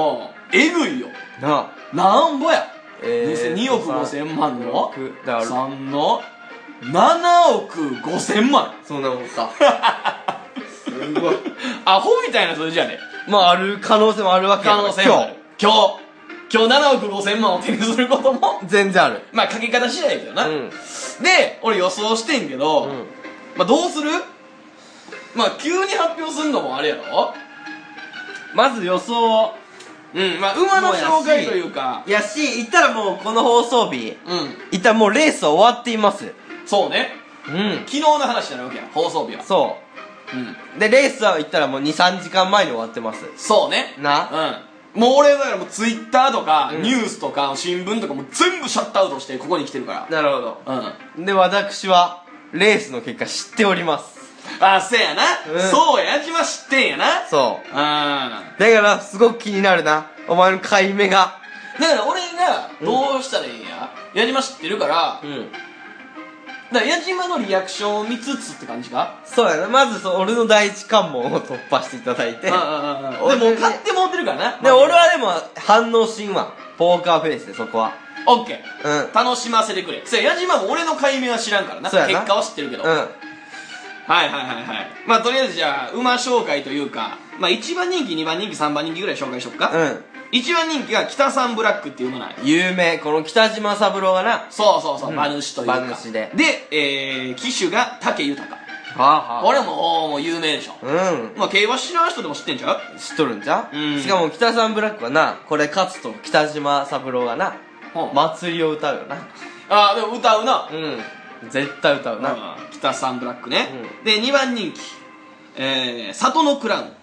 えぐいよななんぼや 2 2億5千万のだから 3の7億5千万そんなもんかすごいアホみたいな数字やでまあある可能性もあるわけや可能性もある今日7億5千万を手にすることも全然あるまあかけ方次第やけどな、で俺予想してんけど、まあどうするまあ急に発表すんのもあれやろまず予想をまあ馬の紹介というかいやし言ったらもうこの放送日言ったらもうレースは終わっていますそうね昨日の話になるわけや放送日はそうでレースは言ったらもう 2,3 時間前に終わってますそうねもう俺だからもうツイッターとかニュースとか新聞とかも全部シャットアウトしてここに来てるからなるほどで私はレースの結果知っておりますあせやなそうや矢島知ってんやなそうだからすごく気になるなお前の買い目がだから俺がどうしたらいいんや矢島知ってるからだから矢島のリアクションを見つつって感じかそうやなまず俺の第一関門を突破していただいてでも買ってもうてるからなで俺はでも反応しんわポーカーフェイスでそこはオッケー楽しませてくれそや矢島も俺の買い目は知らんからな結果は知ってるけどはいまあとりあえずじゃあ馬紹介というかまあ1番人気2番人気3番人気ぐらい紹介しよっか1番人気が北三ブラックっていう馬なんや有名この北島三郎がなそう馬主というか馬主で騎手が武豊これはもう有名でしょまあ競馬知らん人でも知ってんちゃう知っとるんじゃしかも北三ブラックはなこれ勝つと北島三郎がな祭りを歌うよなああでも歌うな絶対歌うな北三ブラックねで2番人気里のクラウン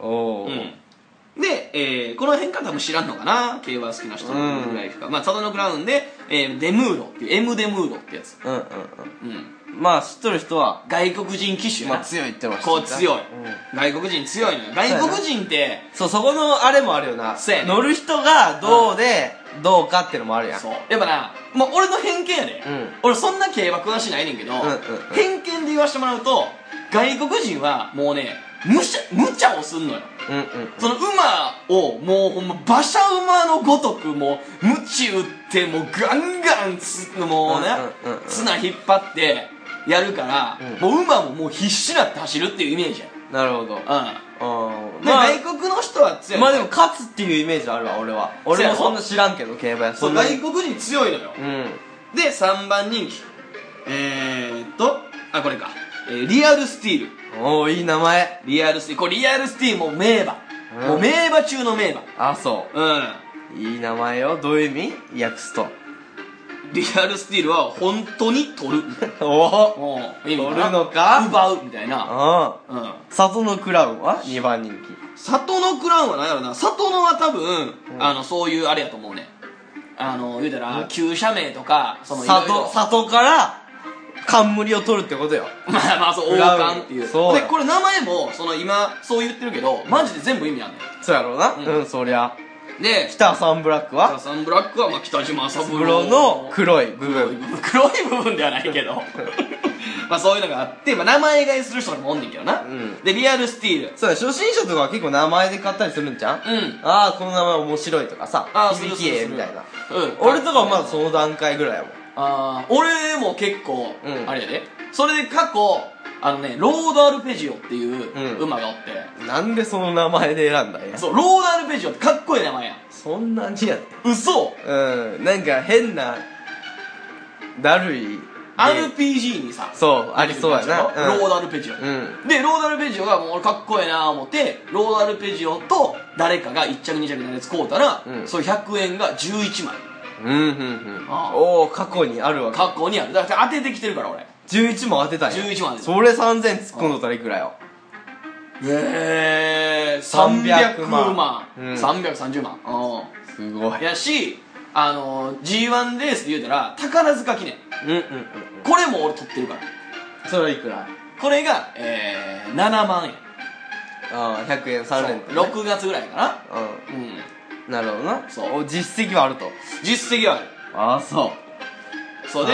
で、この辺から多分知らんのかな競馬好きな人ぐらいかまあ里のクラウンで、デムーロっていう M デムーロってやつまあ知っとる人は外国人騎手やな強いってましたこう強い外国人強いのよ外国人ってそこのあれもあるよな乗る人がどうでどうかっていうのもあるやんそうやっぱなもう俺の偏見やで俺そんな競馬詳しいないねんけど偏見で言わしてもらうと外国人はもうね無茶をすんのよその馬をもうほんま馬車馬のごとくもう鞭打ってもうガンガンもうね綱引っ張ってやるからもう馬ももう必死になって走るっていうイメージやなるほど外国の人は強いまあでも勝つっていうイメージあるわ俺もそんな知らんけど競馬やそう外国人強いのよで3番人気これかリアルスティールおおいい名前リアルスティールこれリアルスティールもう名馬もう名馬中の名馬あそういい名前よどういう意味訳すとリアルスティールは本当に取るお取るのか奪うみたいな里のクラウンは2番人気里のクラウンは何やろな里のは多分そういうあれやと思うね言うたら急斜面とか里から冠を取るってことよまあそう王冠っていうでこれ名前も今そう言ってるけどマジで全部意味あんねんそうやろうなそりゃで北三ブラックはまあ北島三郎の黒い部分黒い部分ではないけどまあそういうのがあって名前買いする人とかもおんねんけどなでリアルスティールそうだ初心者とかは結構名前で買ったりするんじゃんああこの名前面白いとかさ響きええみたいな俺とかはまだその段階ぐらいやもん俺も結構あれやでそれで過去ロードアルペジオっていう馬がおってなんでその名前で選んだんやそうロードアルペジオってかっこいい名前やんそんなにやって嘘なんか変なだるい RPG にさそうありそうやなロードアルペジオでロードアルペジオがもう俺かっこいいな思ってロードアルペジオと誰かが1着2着のやつ買うたらそれ100円が11枚おお過去にあるわけ過去にあるだから当ててきてるから俺 11万当てたんや 11万それ3000突っ込んどったらいくらよ 300万330万すごいやしG1 レースで言うたら宝塚記念これも俺取ってるからそれはいくらこれが7万円 100円3連 6月ぐらいかななるほどなそう実績はあると実績はあるそうで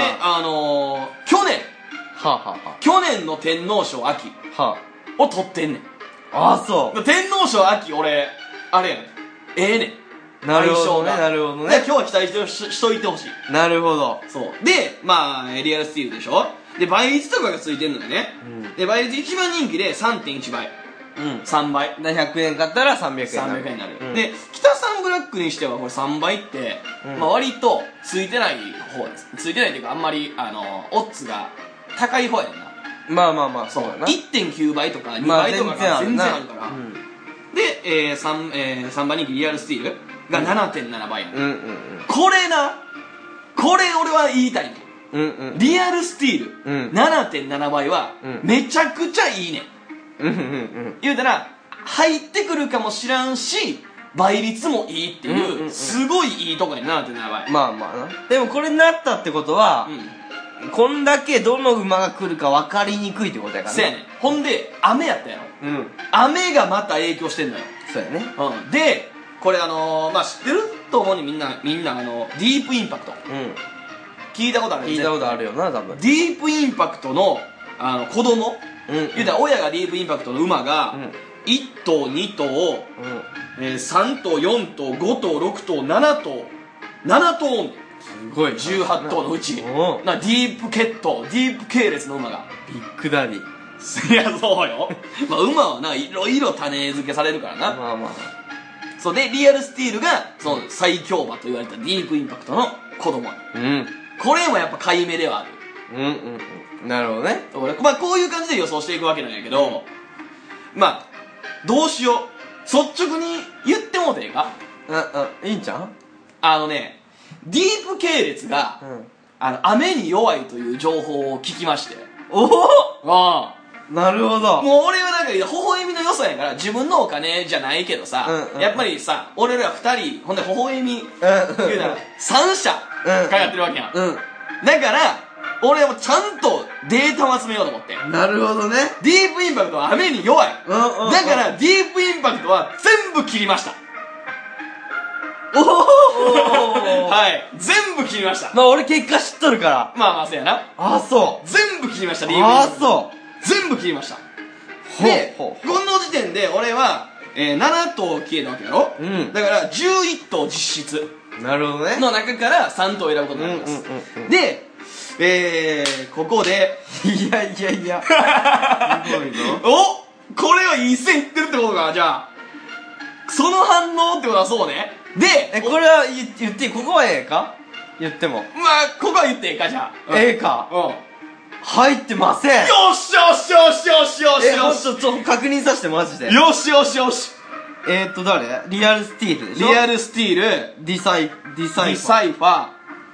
去年の天皇賞秋を取ってんねんそう天皇賞秋俺あれやねんええねんなるほどね相性がなるほどねで今日は期待しといてほしい。 なるほど。 そうでまあリアルスティールでしょ。で倍率とかがついてるのよね、で倍率一番人気で 3.1 倍、3倍で100円買ったら300円になる、で北三ブラックにしてはこれ3倍って、まあ、割とついてない方です。ついてないっていうかあんまりオッズが高い方やねんな。 まあまあまあそうだな。 1.9 倍とか2倍とかが全然あるから、で、3番人気リアルスティールが 7.7 倍やねん、これ俺は言いたいね、リアルスティール、7.7 倍はめちゃくちゃいいね、言うたら入ってくるかもしらんし倍率もいいっていう、すごいいいとこやね 7.7 倍。 まあまあな。でもこれになったってことは、こんだけどの馬が来るか分かりにくいってことやからそうやねん。ほんで雨やったやろ、雨がまた影響してんのよ。 そうやね。 でこれまあ知ってると思うにみんなディープインパクト、聞いたことある。 聞いたことあるよな多分。 ディープインパクトの子供、言うたら親がディープインパクトの馬が、1頭2頭、3頭4頭5頭6頭7頭7頭おんねん。 すごい 18頭のうちディープ血統ディープ系列の馬がビッグダディ。 いやそうよまあ馬はないろいろ種付けされるからな。 まあまあそうでリアルスティールがその最強馬と言われたディープインパクトの子供、これもやっぱ買い目ではある。 なるほどね。 まあこういう感じで予想していくわけなんやけど、まあどうしよう、率直に言ってもうてええか。 いいんちゃう。 ディープ系列が、雨に弱いという情報を聞きまして。 おお、なるほど。 もう俺はなんか微笑みの良さやから自分のお金じゃないけどさ、やっぱりさ俺ら2人ほんで微笑み言うなら3社かかってるわけやん、だから俺はちゃんとデータを集めようと思って。 なるほどね。 ディープインパクトは雨に弱い、だからディープインパクトは全部切りました。はい全部切りました。 まあ俺結果知っとるから。 まあまあそうやな。 あそう。 全部切りました。ディープインパクトそう全部切りました。でこの時点で俺は、7頭消えたわけやろ、だから11頭実質なるほどねの中から3頭選ぶことになります。でここでいやすごいぞおこれはいい線いってるってことか。じゃあその反応ってことはそうね。でこれは言っていい。ここはええか言っても。 まあここは言ってええか。じゃあええか。入ってません。 よしよしよしよしよしよし。 ちょっと確認させてマジで。 よしよしよし。 誰？リアルスティールでしょ。 リアルスティール、 ディサイファ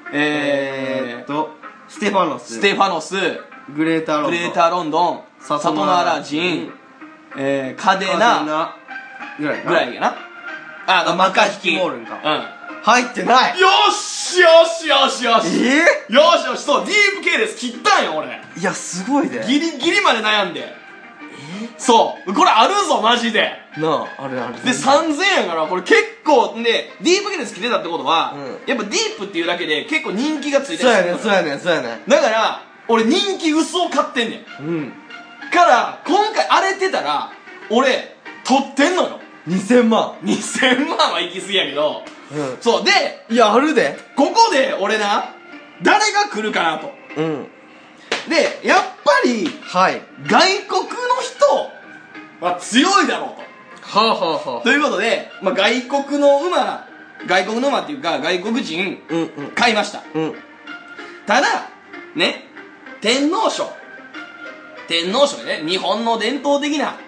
ステファノス、グレーターロンドン、サトナラジン、カデナぐらいやな。 マカヒキモールンか。入ってない。 よしよしよしよし。よしよし。そうディープ系列切ったんよ俺。 いやすごいね。 ギリギリまで悩んで。そうこれあるぞマジで。 なあ、あるで3000円やからこれ結構でディープ系列切れたってことは、やっぱディープっていうだけで結構人気がついてる。 そうやねんだから俺人気薄を買ってんねん、から今回荒れてたら俺取ってんのよ。2000万は行き過ぎやけど、そうでいやあるで。 ここで俺な誰が来るかなと。でやっぱり外国の人は強いだろうと。ということで、まあ、外国の馬っていうか外国人買いました。ただね天皇賞でね日本の伝統的な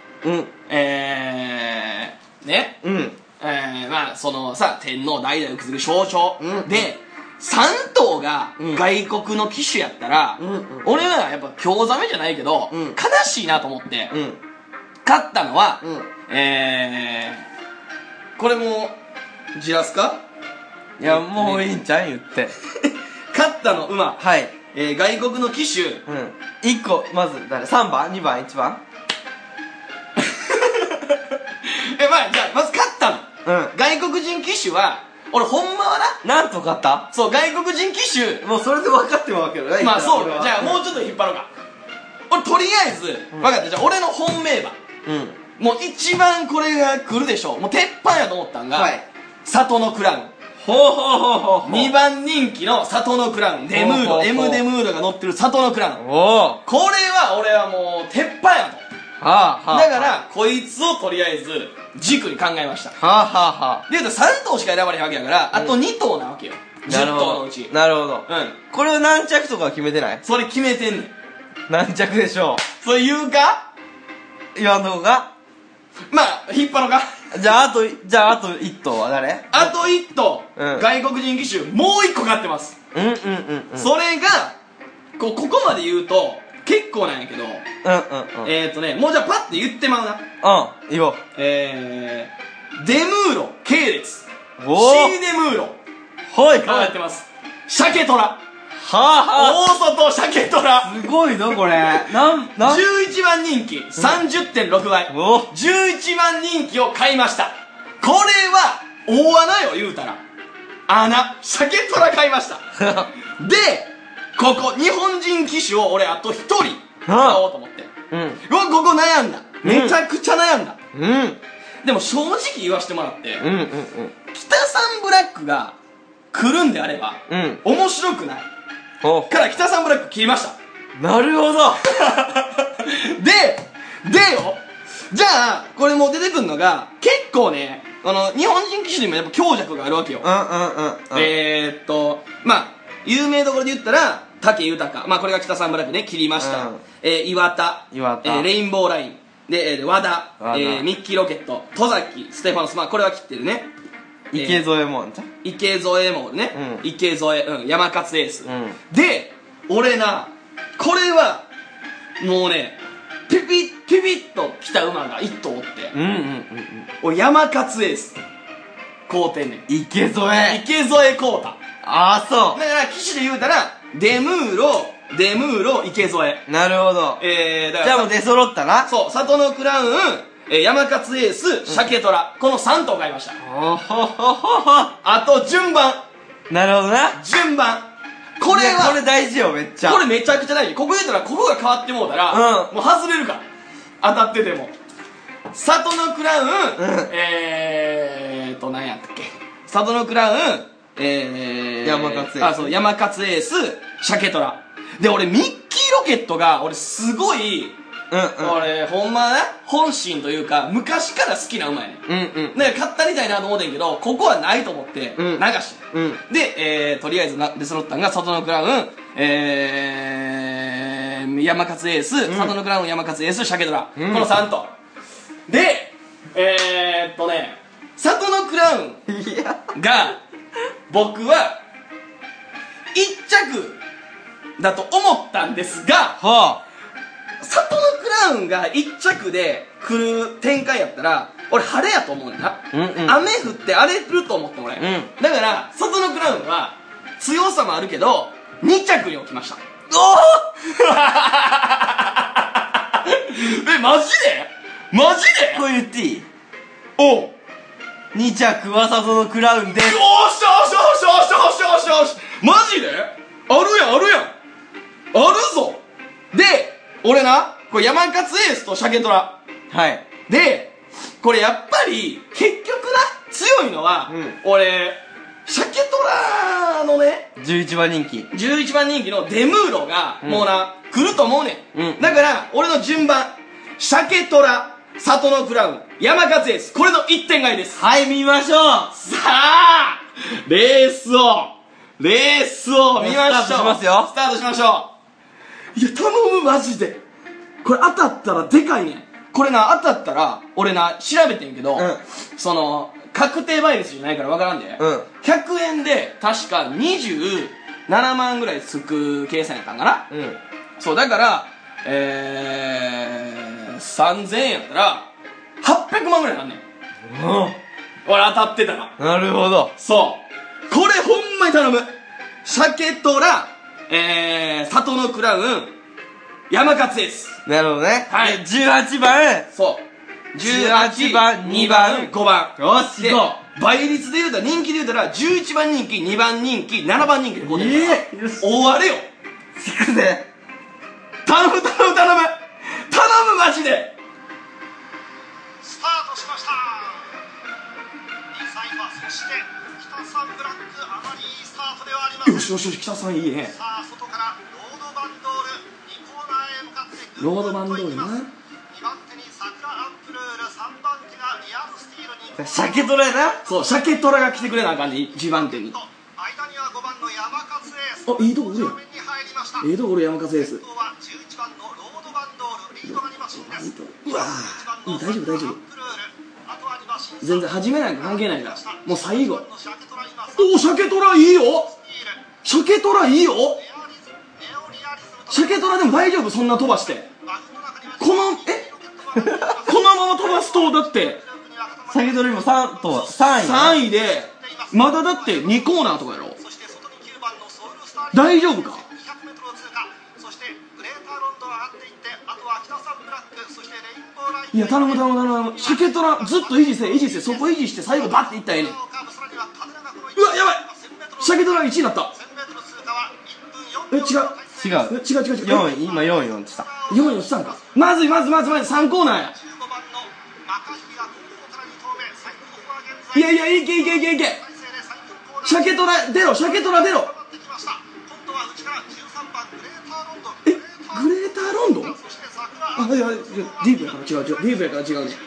まあそのさ天皇代々受け継ぐ象徴で3頭が外国の騎手やったら、俺はやっぱ興ざめじゃないけど、悲しいなと思って、勝ったのは、これもじらすか。 いやもういいんちゃう言って勝ったの馬、外国の騎手、 1個まず誰。3番2番1番まあじゃあまず勝ったの、外国人騎手は俺ほんまはなんと勝った。 そう外国人騎手もうそれで分かってもわけどね。 まあそうか。じゃあもうちょっと引っ張ろうか。俺とりあえず分かった。じゃあ俺の本命馬、もう一番これが来るでしょう、もう鉄板やと思ったんが、 里のクラウン。 ほうほうほうほう。 2番人気の里のクラウン、デムーロ、M デムーロが乗ってる里のクラウン。 おこれは俺はもう鉄板やと。 はあはあ。 だからこいつをとりあえず軸に考えました。 はあはあはあ。 で言うと3頭しか選ばれへんわけやから、あと2頭なわけよ。10頭のうち。 なるほど。 うん。 これは何着とかは決めてない？ それ決めてんねん。 何着でしょそれ言うか？ う？言わんとこか？ まあ、引っ張ろうか。 じゃああと1頭は誰？ あと1頭、 うん、 外国人騎手、もう1個買ってます。 うんうんうん、うん。 それが、ここまで言うと、結構なんやけど、 うんうんうん。 もうじゃあパッて言ってまうな。 うん、言おう。 デムーロ系列。 おー C デムーロ。 はい、 やってます。鮭トラ。 はあは大外鮭トラ。 すごいのこれ。 11番人気、30.6 倍。11番人気を買いました。これは、大穴よ、言うたら。穴。鮭トラ買いました。で、ここ、日本人騎手を俺あと1人買おうと思って。 うん。 ここ悩んだ。めちゃくちゃ悩んだ。 うん。 でも正直言わせてもらって、 うんうんうん。 北サンブラックが来るんであれば、 うん。 面白くない。から北サンブラック切りました。 なるほど。 でよ、じゃあ、これもう出てくるのが、結構ね、日本人騎手にもやっぱ強弱があるわけよ。 うんうんうん。 まあ、有名どころで言ったら、武豊。まあ、これが北サンブラックね、切りました。 うん、 岩田。レインボーライン。で、和田。ミッキーロケット。戸崎。ステファノス。まあ、これは切ってるね。 池添もんじゃん。 池添もね。 うん、 池添。うん。山勝エース。 うん、 で、俺な、これは、もうね、ピピッと来た馬が一頭おって。 うんうんうんうん。 俺、山勝エース。こうてんねん。 池添。 池添こうた。 ああ、そう。 だから、騎手で言うたら、デムーロ、池添。 なるほど。だから、じゃあもう出揃ったな。 そう、里のクラウン、山勝エース、鮭トラ。この3頭買いました。 ほほほほほ。 あと、順番。 なるほどな。 順番。これは、 これ大事よ、めっちゃ。 これめちゃくちゃ大事。ここ言うたら、ここが変わってもうたら、もう外れるから。当たってても。里のクラウン、何やったっけ。里のクラウン、 山勝エース。 あ、そう、山勝エース、鮭トラ。で、俺、ミッキーロケットが、俺、すごい、俺、ほんまな、本心というか、昔から好きな馬やねん。だから、買ったみたいなと思ってんけど、ここはないと思って、流して。で、とりあえず出揃ったんが、里のクラウン、山勝エース、里のクラウン、山勝エース、鮭トラ。この3頭。で、里のクラウンが、僕は、1着だと思ったんですが、里のクラウンが1着で来る展開やったら、俺晴れやと思うねんな。雨降って荒れると思った俺。だから、里のクラウンは強さもあるけど、2着に置きました。マジでマジでこれ言っていい？ おう。 2着は里のクラウンです。 よーしよしよしよしよしよしよし。マジであるやん、あるやん。あるぞ。で、俺な、これ山勝エースと鮭トラ。 はい。 で、これやっぱり、結局な、強いのは、俺、鮭トラのね、 11番人気。 11番人気のデムーロが、もうな、来ると思うねん。だから、俺の順番、鮭トラ、里のクラウン、山勝エース、これの1点買いです。 はい、見ましょう。 さあ、レースを見ましょう。 スタートしますよ。 スタートしましょう。いや、頼む、マジで。これ当たったらでかいねん。これな、当たったら、俺な、調べてんけど、その、確定倍率じゃないから分からんで、100円で確か27万ぐらいつく計算やったんかな。そう、だから、3000円やったら、800万ぐらいなんねん。俺当たってたら。 なるほど。 そう。これほんまに頼む。鮭トラ、里のクラウン、山勝エース。 なるほどね。 はい。 18番。 そう。18番、2番、5番。 よし、行こう。倍率で言うたら、人気で言うたら、11番人気、2番人気、7番人気で5点。大荒れよ。 行くぜ。 頼むマジで。 スタートしました。2歳馬、そしてよしよしよし、北さんいいね。ロードバンドールな。 鮭トラやな。 そう、鮭トラが来てくれなあかんね、1番手に。あ、いいとこおるやん。いいとこおる、山勝エース。うわぁ、大丈夫大丈夫。全然始めないから関係ないから、もう最後。おお、鮭トラいいよ。鮭トラいいよ。鮭トラでも大丈夫、そんな飛ばして。このまま飛ばすと、だって鮭トラ今3 位で、まだだって2コーナーとかやろ。大丈夫か。いや、頼む頼む頼む。鮭トラずっと維持せ、そこ維持して最後バッていったらええねん。うわ、やばい、鮭トラ1位になった。違う 4位、今4位落ちた。 4位落ちたんか。まずい3コーナーや。いやいや、いけ。鮭トラ出ろ。グレーターロンドン。あ、いや、ディープやから違うね。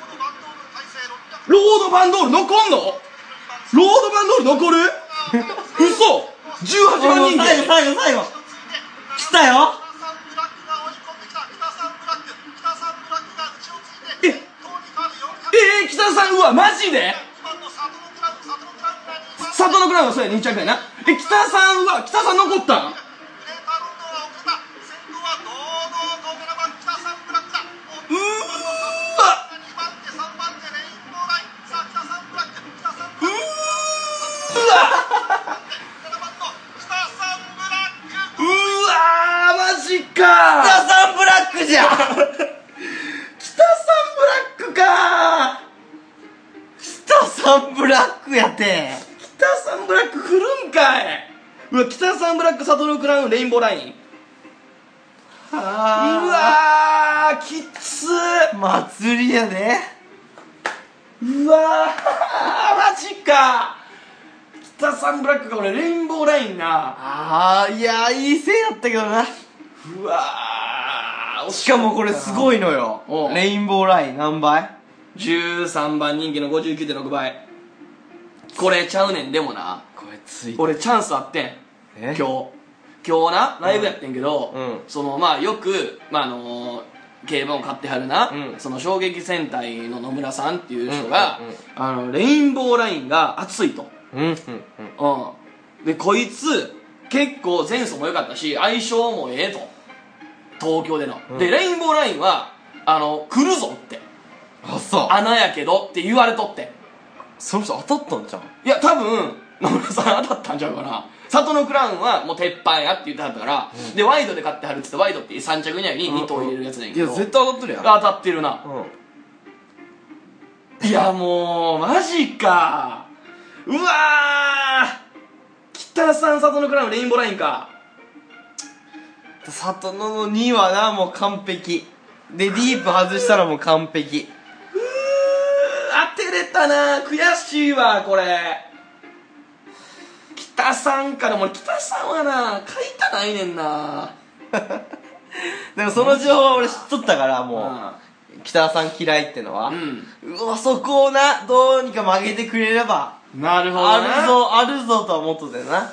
ロードバンドール残んの。ロードバンドール残る。嘘。18番人気。 最後来たよ。 北さん、うわ、マジで佐藤のクラウンはそうや、2着やな。北さん残ったん。北さんブラックじゃん。 北さんブラックか。 北さんブラックやて。 北さんブラック来るんかい。うわ、北さんブラック、サトルクラウン、レインボーライン。うわー、きつー。 祭りやで。 うわー、マジか。北さんブラックが俺、レインボーラインな。 いや、いい線やったけどな。 うわー、 しかもこれすごいのよ。レインボーライン何倍 ？13番人気の 59.6 倍。これちゃうねん。でもな、 これつい俺チャンスあってん。今日な、ライブやってんけど、そのまあよく、競馬を買ってはるな、その衝撃戦隊の野村さんっていう人が、レインボーラインが熱いと。で、こいつ結構前走も良かったし、相性もええと、東京での、でレインボーラインは来るぞって、穴やけどって言われとって。 その人当たったんじゃん。 いや、多分野村さん当たったんちゃうかな。里のクラウンはもう鉄板やって言ってはったから、でワイドで買ってはるって言って、ワイドって3着以内に2頭入れるやつなんやけど、 いや絶対当たってるやん。 当たってるな。いや、もうマジか。うわー、北さん、里のクラウン、レインボーラインか。 里の2はな、もう完璧で、ディープ外したらもう完璧。 当てれたな。悔しいわこれ。北さんから、もう北さんはな、買いたないねんな。 でもその情報は俺知っとったから、もう北さん嫌いってのは、うわ、そこをな、どうにか曲げてくれれば、 なるほどな、 あるぞとは思っとったよな。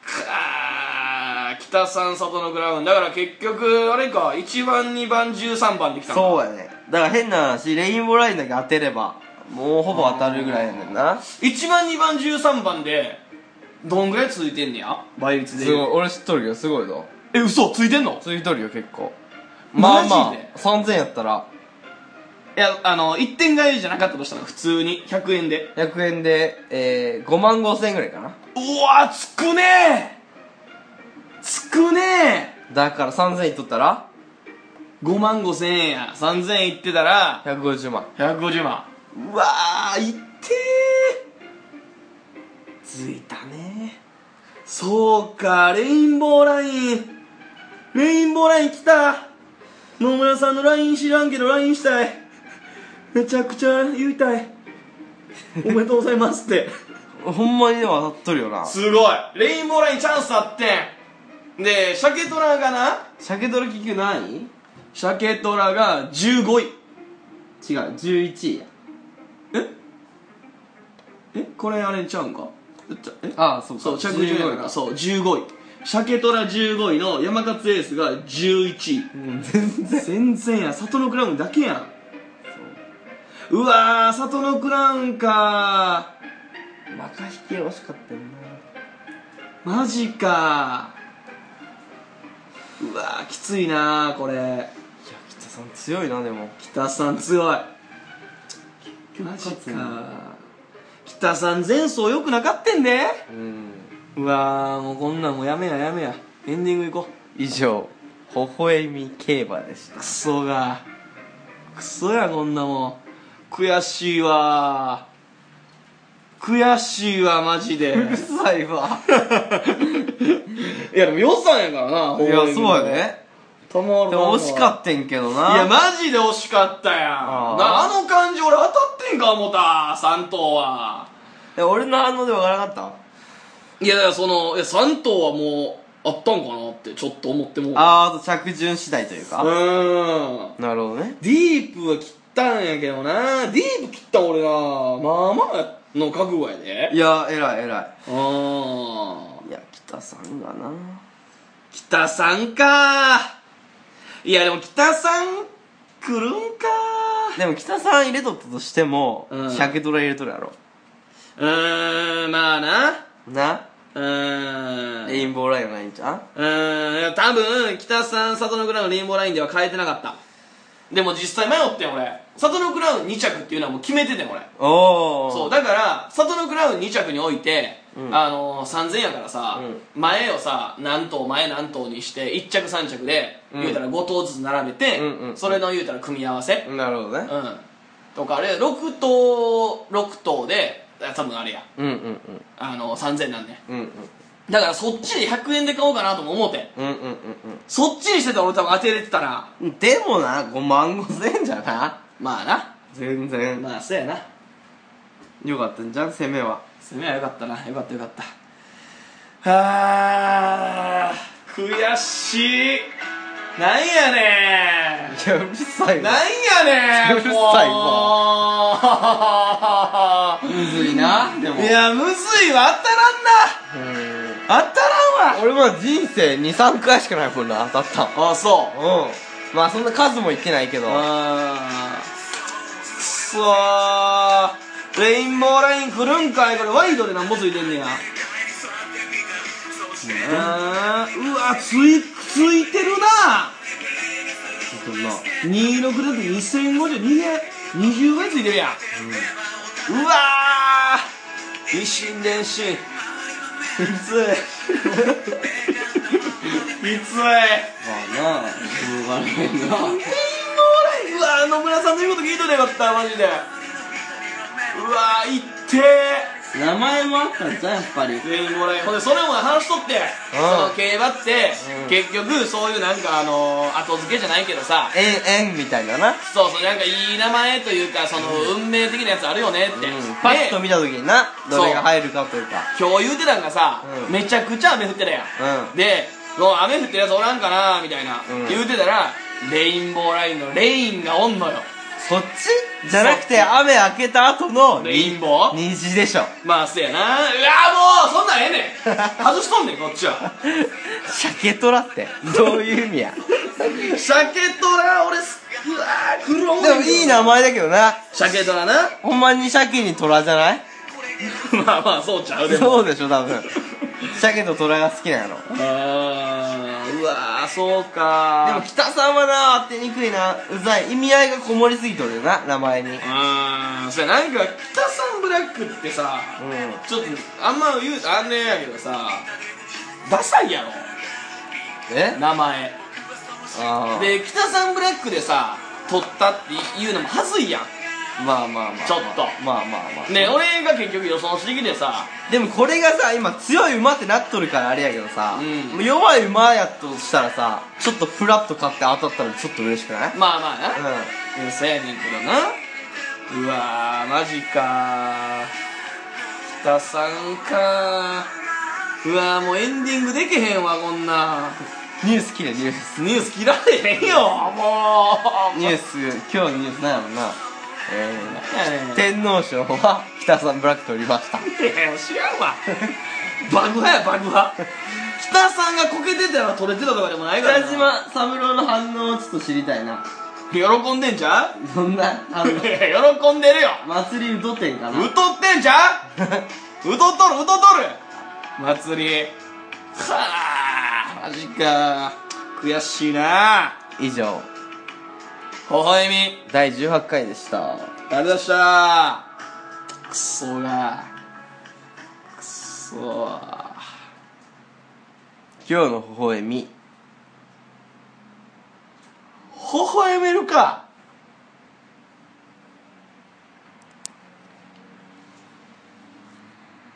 北さん、里のクラウンだから結局あれか、1番2番13番できたんだ。 そうやね。だから変な話、レインボーラインだけ当てればもうほぼ当たるぐらいやねんな。 1番2番13番でどんぐらい続いてんねや、倍率で。 すごい、俺知っとるよ。すごいぞ。 嘘ついてんの？ ついとるよ結構。まあまあ3000やったら、 いや、1点買いじゃなかったとしたら普通に100円で 100円で、5万5千円ぐらいかな。 うわ、つくねー、つくねー。だから3000いっとったら 5万5千円や。3000円いってたら 150万。 150万。うわー、いってー、 ついたね。 そうか、レインボーライン、レインボーライン来た。野村さんの LINE 知らんけど LINE したい。めちゃくちゃ言いたい。おめでとうございますって。 ほんまにでも当たっとるよな。 すごい。レインボーラインチャンスあってん。で、鮭トラがな、 鮭トラ結局何位？ 鮭トラが15位。 違う、11位や。 これあれちゃうんか。 ああ、そうか。 そう、着順やから、そう、15位。鮭トラ15位の山勝エースが11位。全然や、里のクラウンだけやん。うわー、里のクラウンかー。バカ引き惜しかったよな。マジかー。うわー、きついなー、これ。いや、 北さん強いな、でも。 北さん強い。マジかー。北さん前走良くなかってんで。うわー、もうこんなんもうやめややめや。エンディングいこう。以上、微笑み競馬でした。 クソが。クソや、こんなもん。悔しいわー。悔しいわ、マジで。 うるさいわ。 いや、でも予算やからな。 いや、そうやね。 たまるな。 でも惜しかってんけどな。 いや、マジで惜しかったやん。あの感じ俺当たってんか思った、3頭は。 俺の反応でわからなかった？ いや、だから3頭はもう、あったんかなってちょっと思ってもう。 あと着順次第というか。なるほどね。 ディープは切ったんやけどな。ディープ切った俺な。まあまあの覚悟やで。 いや、偉い偉い。いや、北さんがな。 北さんか。いや、でも北さん来るんか。 でも北さん入れとったとしても、鮭トラ入れとるやろ。 まあな。 レインボーラインはないんちゃう？ 多分、北さん、里のクラウン、レインボーラインでは変えてなかった。でも実際迷ってん俺。里のクラウン2着っていうのはもう決めててん俺。そう、だから、里のクラウン2着に置いて、3000やからさ、前をさ、何頭にして1着3着で、言うたら5頭ずつ並べて、それの言うたら組み合わせ。 なるほどね。 とかあれ、6頭で、多分あれや。3000なんね。だからそっちで100円で買おうかなとも思うて。そっちにしてたら俺多分当てれてたな。 でもな、5万5千円じゃな。 まあな。 全然。 まあ、そうやな。 よかったんじゃん、攻めは。 攻めはよかったな。よかったよかった。はぁ、悔しい。なんやねん。 いや、うるさいわ。 なんやねん。 うるさいわ。むずいな、でも。 いや、むずいわ。当たらんな。当たらんわ。 俺まだ人生2、3回しかないもんな、当たったん。 あ、そう。 まあそんな数もいってないけど。 くそー。レインボーライン来るんかい。これワイドでなんぼついてんねや。うわ、ついてるな。26だって2050、20倍ついてるやん。うわー、一心伝心。きつい。きつい。まあな、しょうがないな。レインボーライン、うわ、野村さんの言うこと聞いとればよかった、マジで。うわー、いってー。 名前もあったんじゃん、やっぱり。 レインボーライン。ほんで、それも話しとって、その競馬って、結局、そういうなんか後付けじゃないけどさ、 縁みたいなな。 そうそう、なんかいい名前というか、その、運命的なやつあるよねって。 パッと見た時にな、どれが入るかというか。 今日言うてたんがさ、めちゃくちゃ雨降ってたやん。で、もう雨降ってるやつおらんかなみたいな。言うてたら、レインボーラインのレインがおんのよ。 そっちじゃなくて、雨明けた後のレインボー虹でしょ。 まあ、そうやな。うわもうそんなんええねん。外しとんねん、こっちは。 鮭トラってどういう意味や。 鮭トラ、俺、うわー、来る思う。 でもいい名前だけどな。 鮭トラな。 ほんまに鮭にトラじゃない？ まあまあ、そうちゃうでも。 そうでしょ、多分。鮭とトラが好きなんやろ。 うわー、そうかー。 でも北さんはな、当てにくいな。うざい。意味合いがこもりすぎとるよな、名前に。 それなんか、北さんブラックってさ、ちょっと、あんま言うとあんねんやけどさ、ダサいやろ。名前。で、北さんブラックでさ、取ったっていうのもはずいやん。 まあまあまあ、 ちょっとまあまあまあね、俺が結局予想してきてさ、 でもこれがさ、今強い馬ってなっとるからあれやけどさ、弱い馬やとしたらさ、ちょっとフラッと買って当たったらちょっと嬉しくない？ まあまあな、そうやねんけどな。うわー、マジかー。 北さんか。うわもうエンディングできへんわこんな。 ニュース切れ、ニュース切られへんよもう。 ニュース、今日のニュースなんやろな。 何やねん。 天皇賞は北さんブラック取りました。 いや知らんわ。バグ派やバグ派。北さんがこけてたら取れてたとかでもないからな。 北島三郎の反応をちょっと知りたいな。 喜んでんちゃう。 そんな反応。 いや喜んでるよ。 祭り歌ってんかな。 歌ってんちゃう。歌っとる祭り。はあマジか悔しいな。 以上微笑み第18回でした。 ありがとうございました。クソがクソ。 今日の微笑み、 微笑めるか。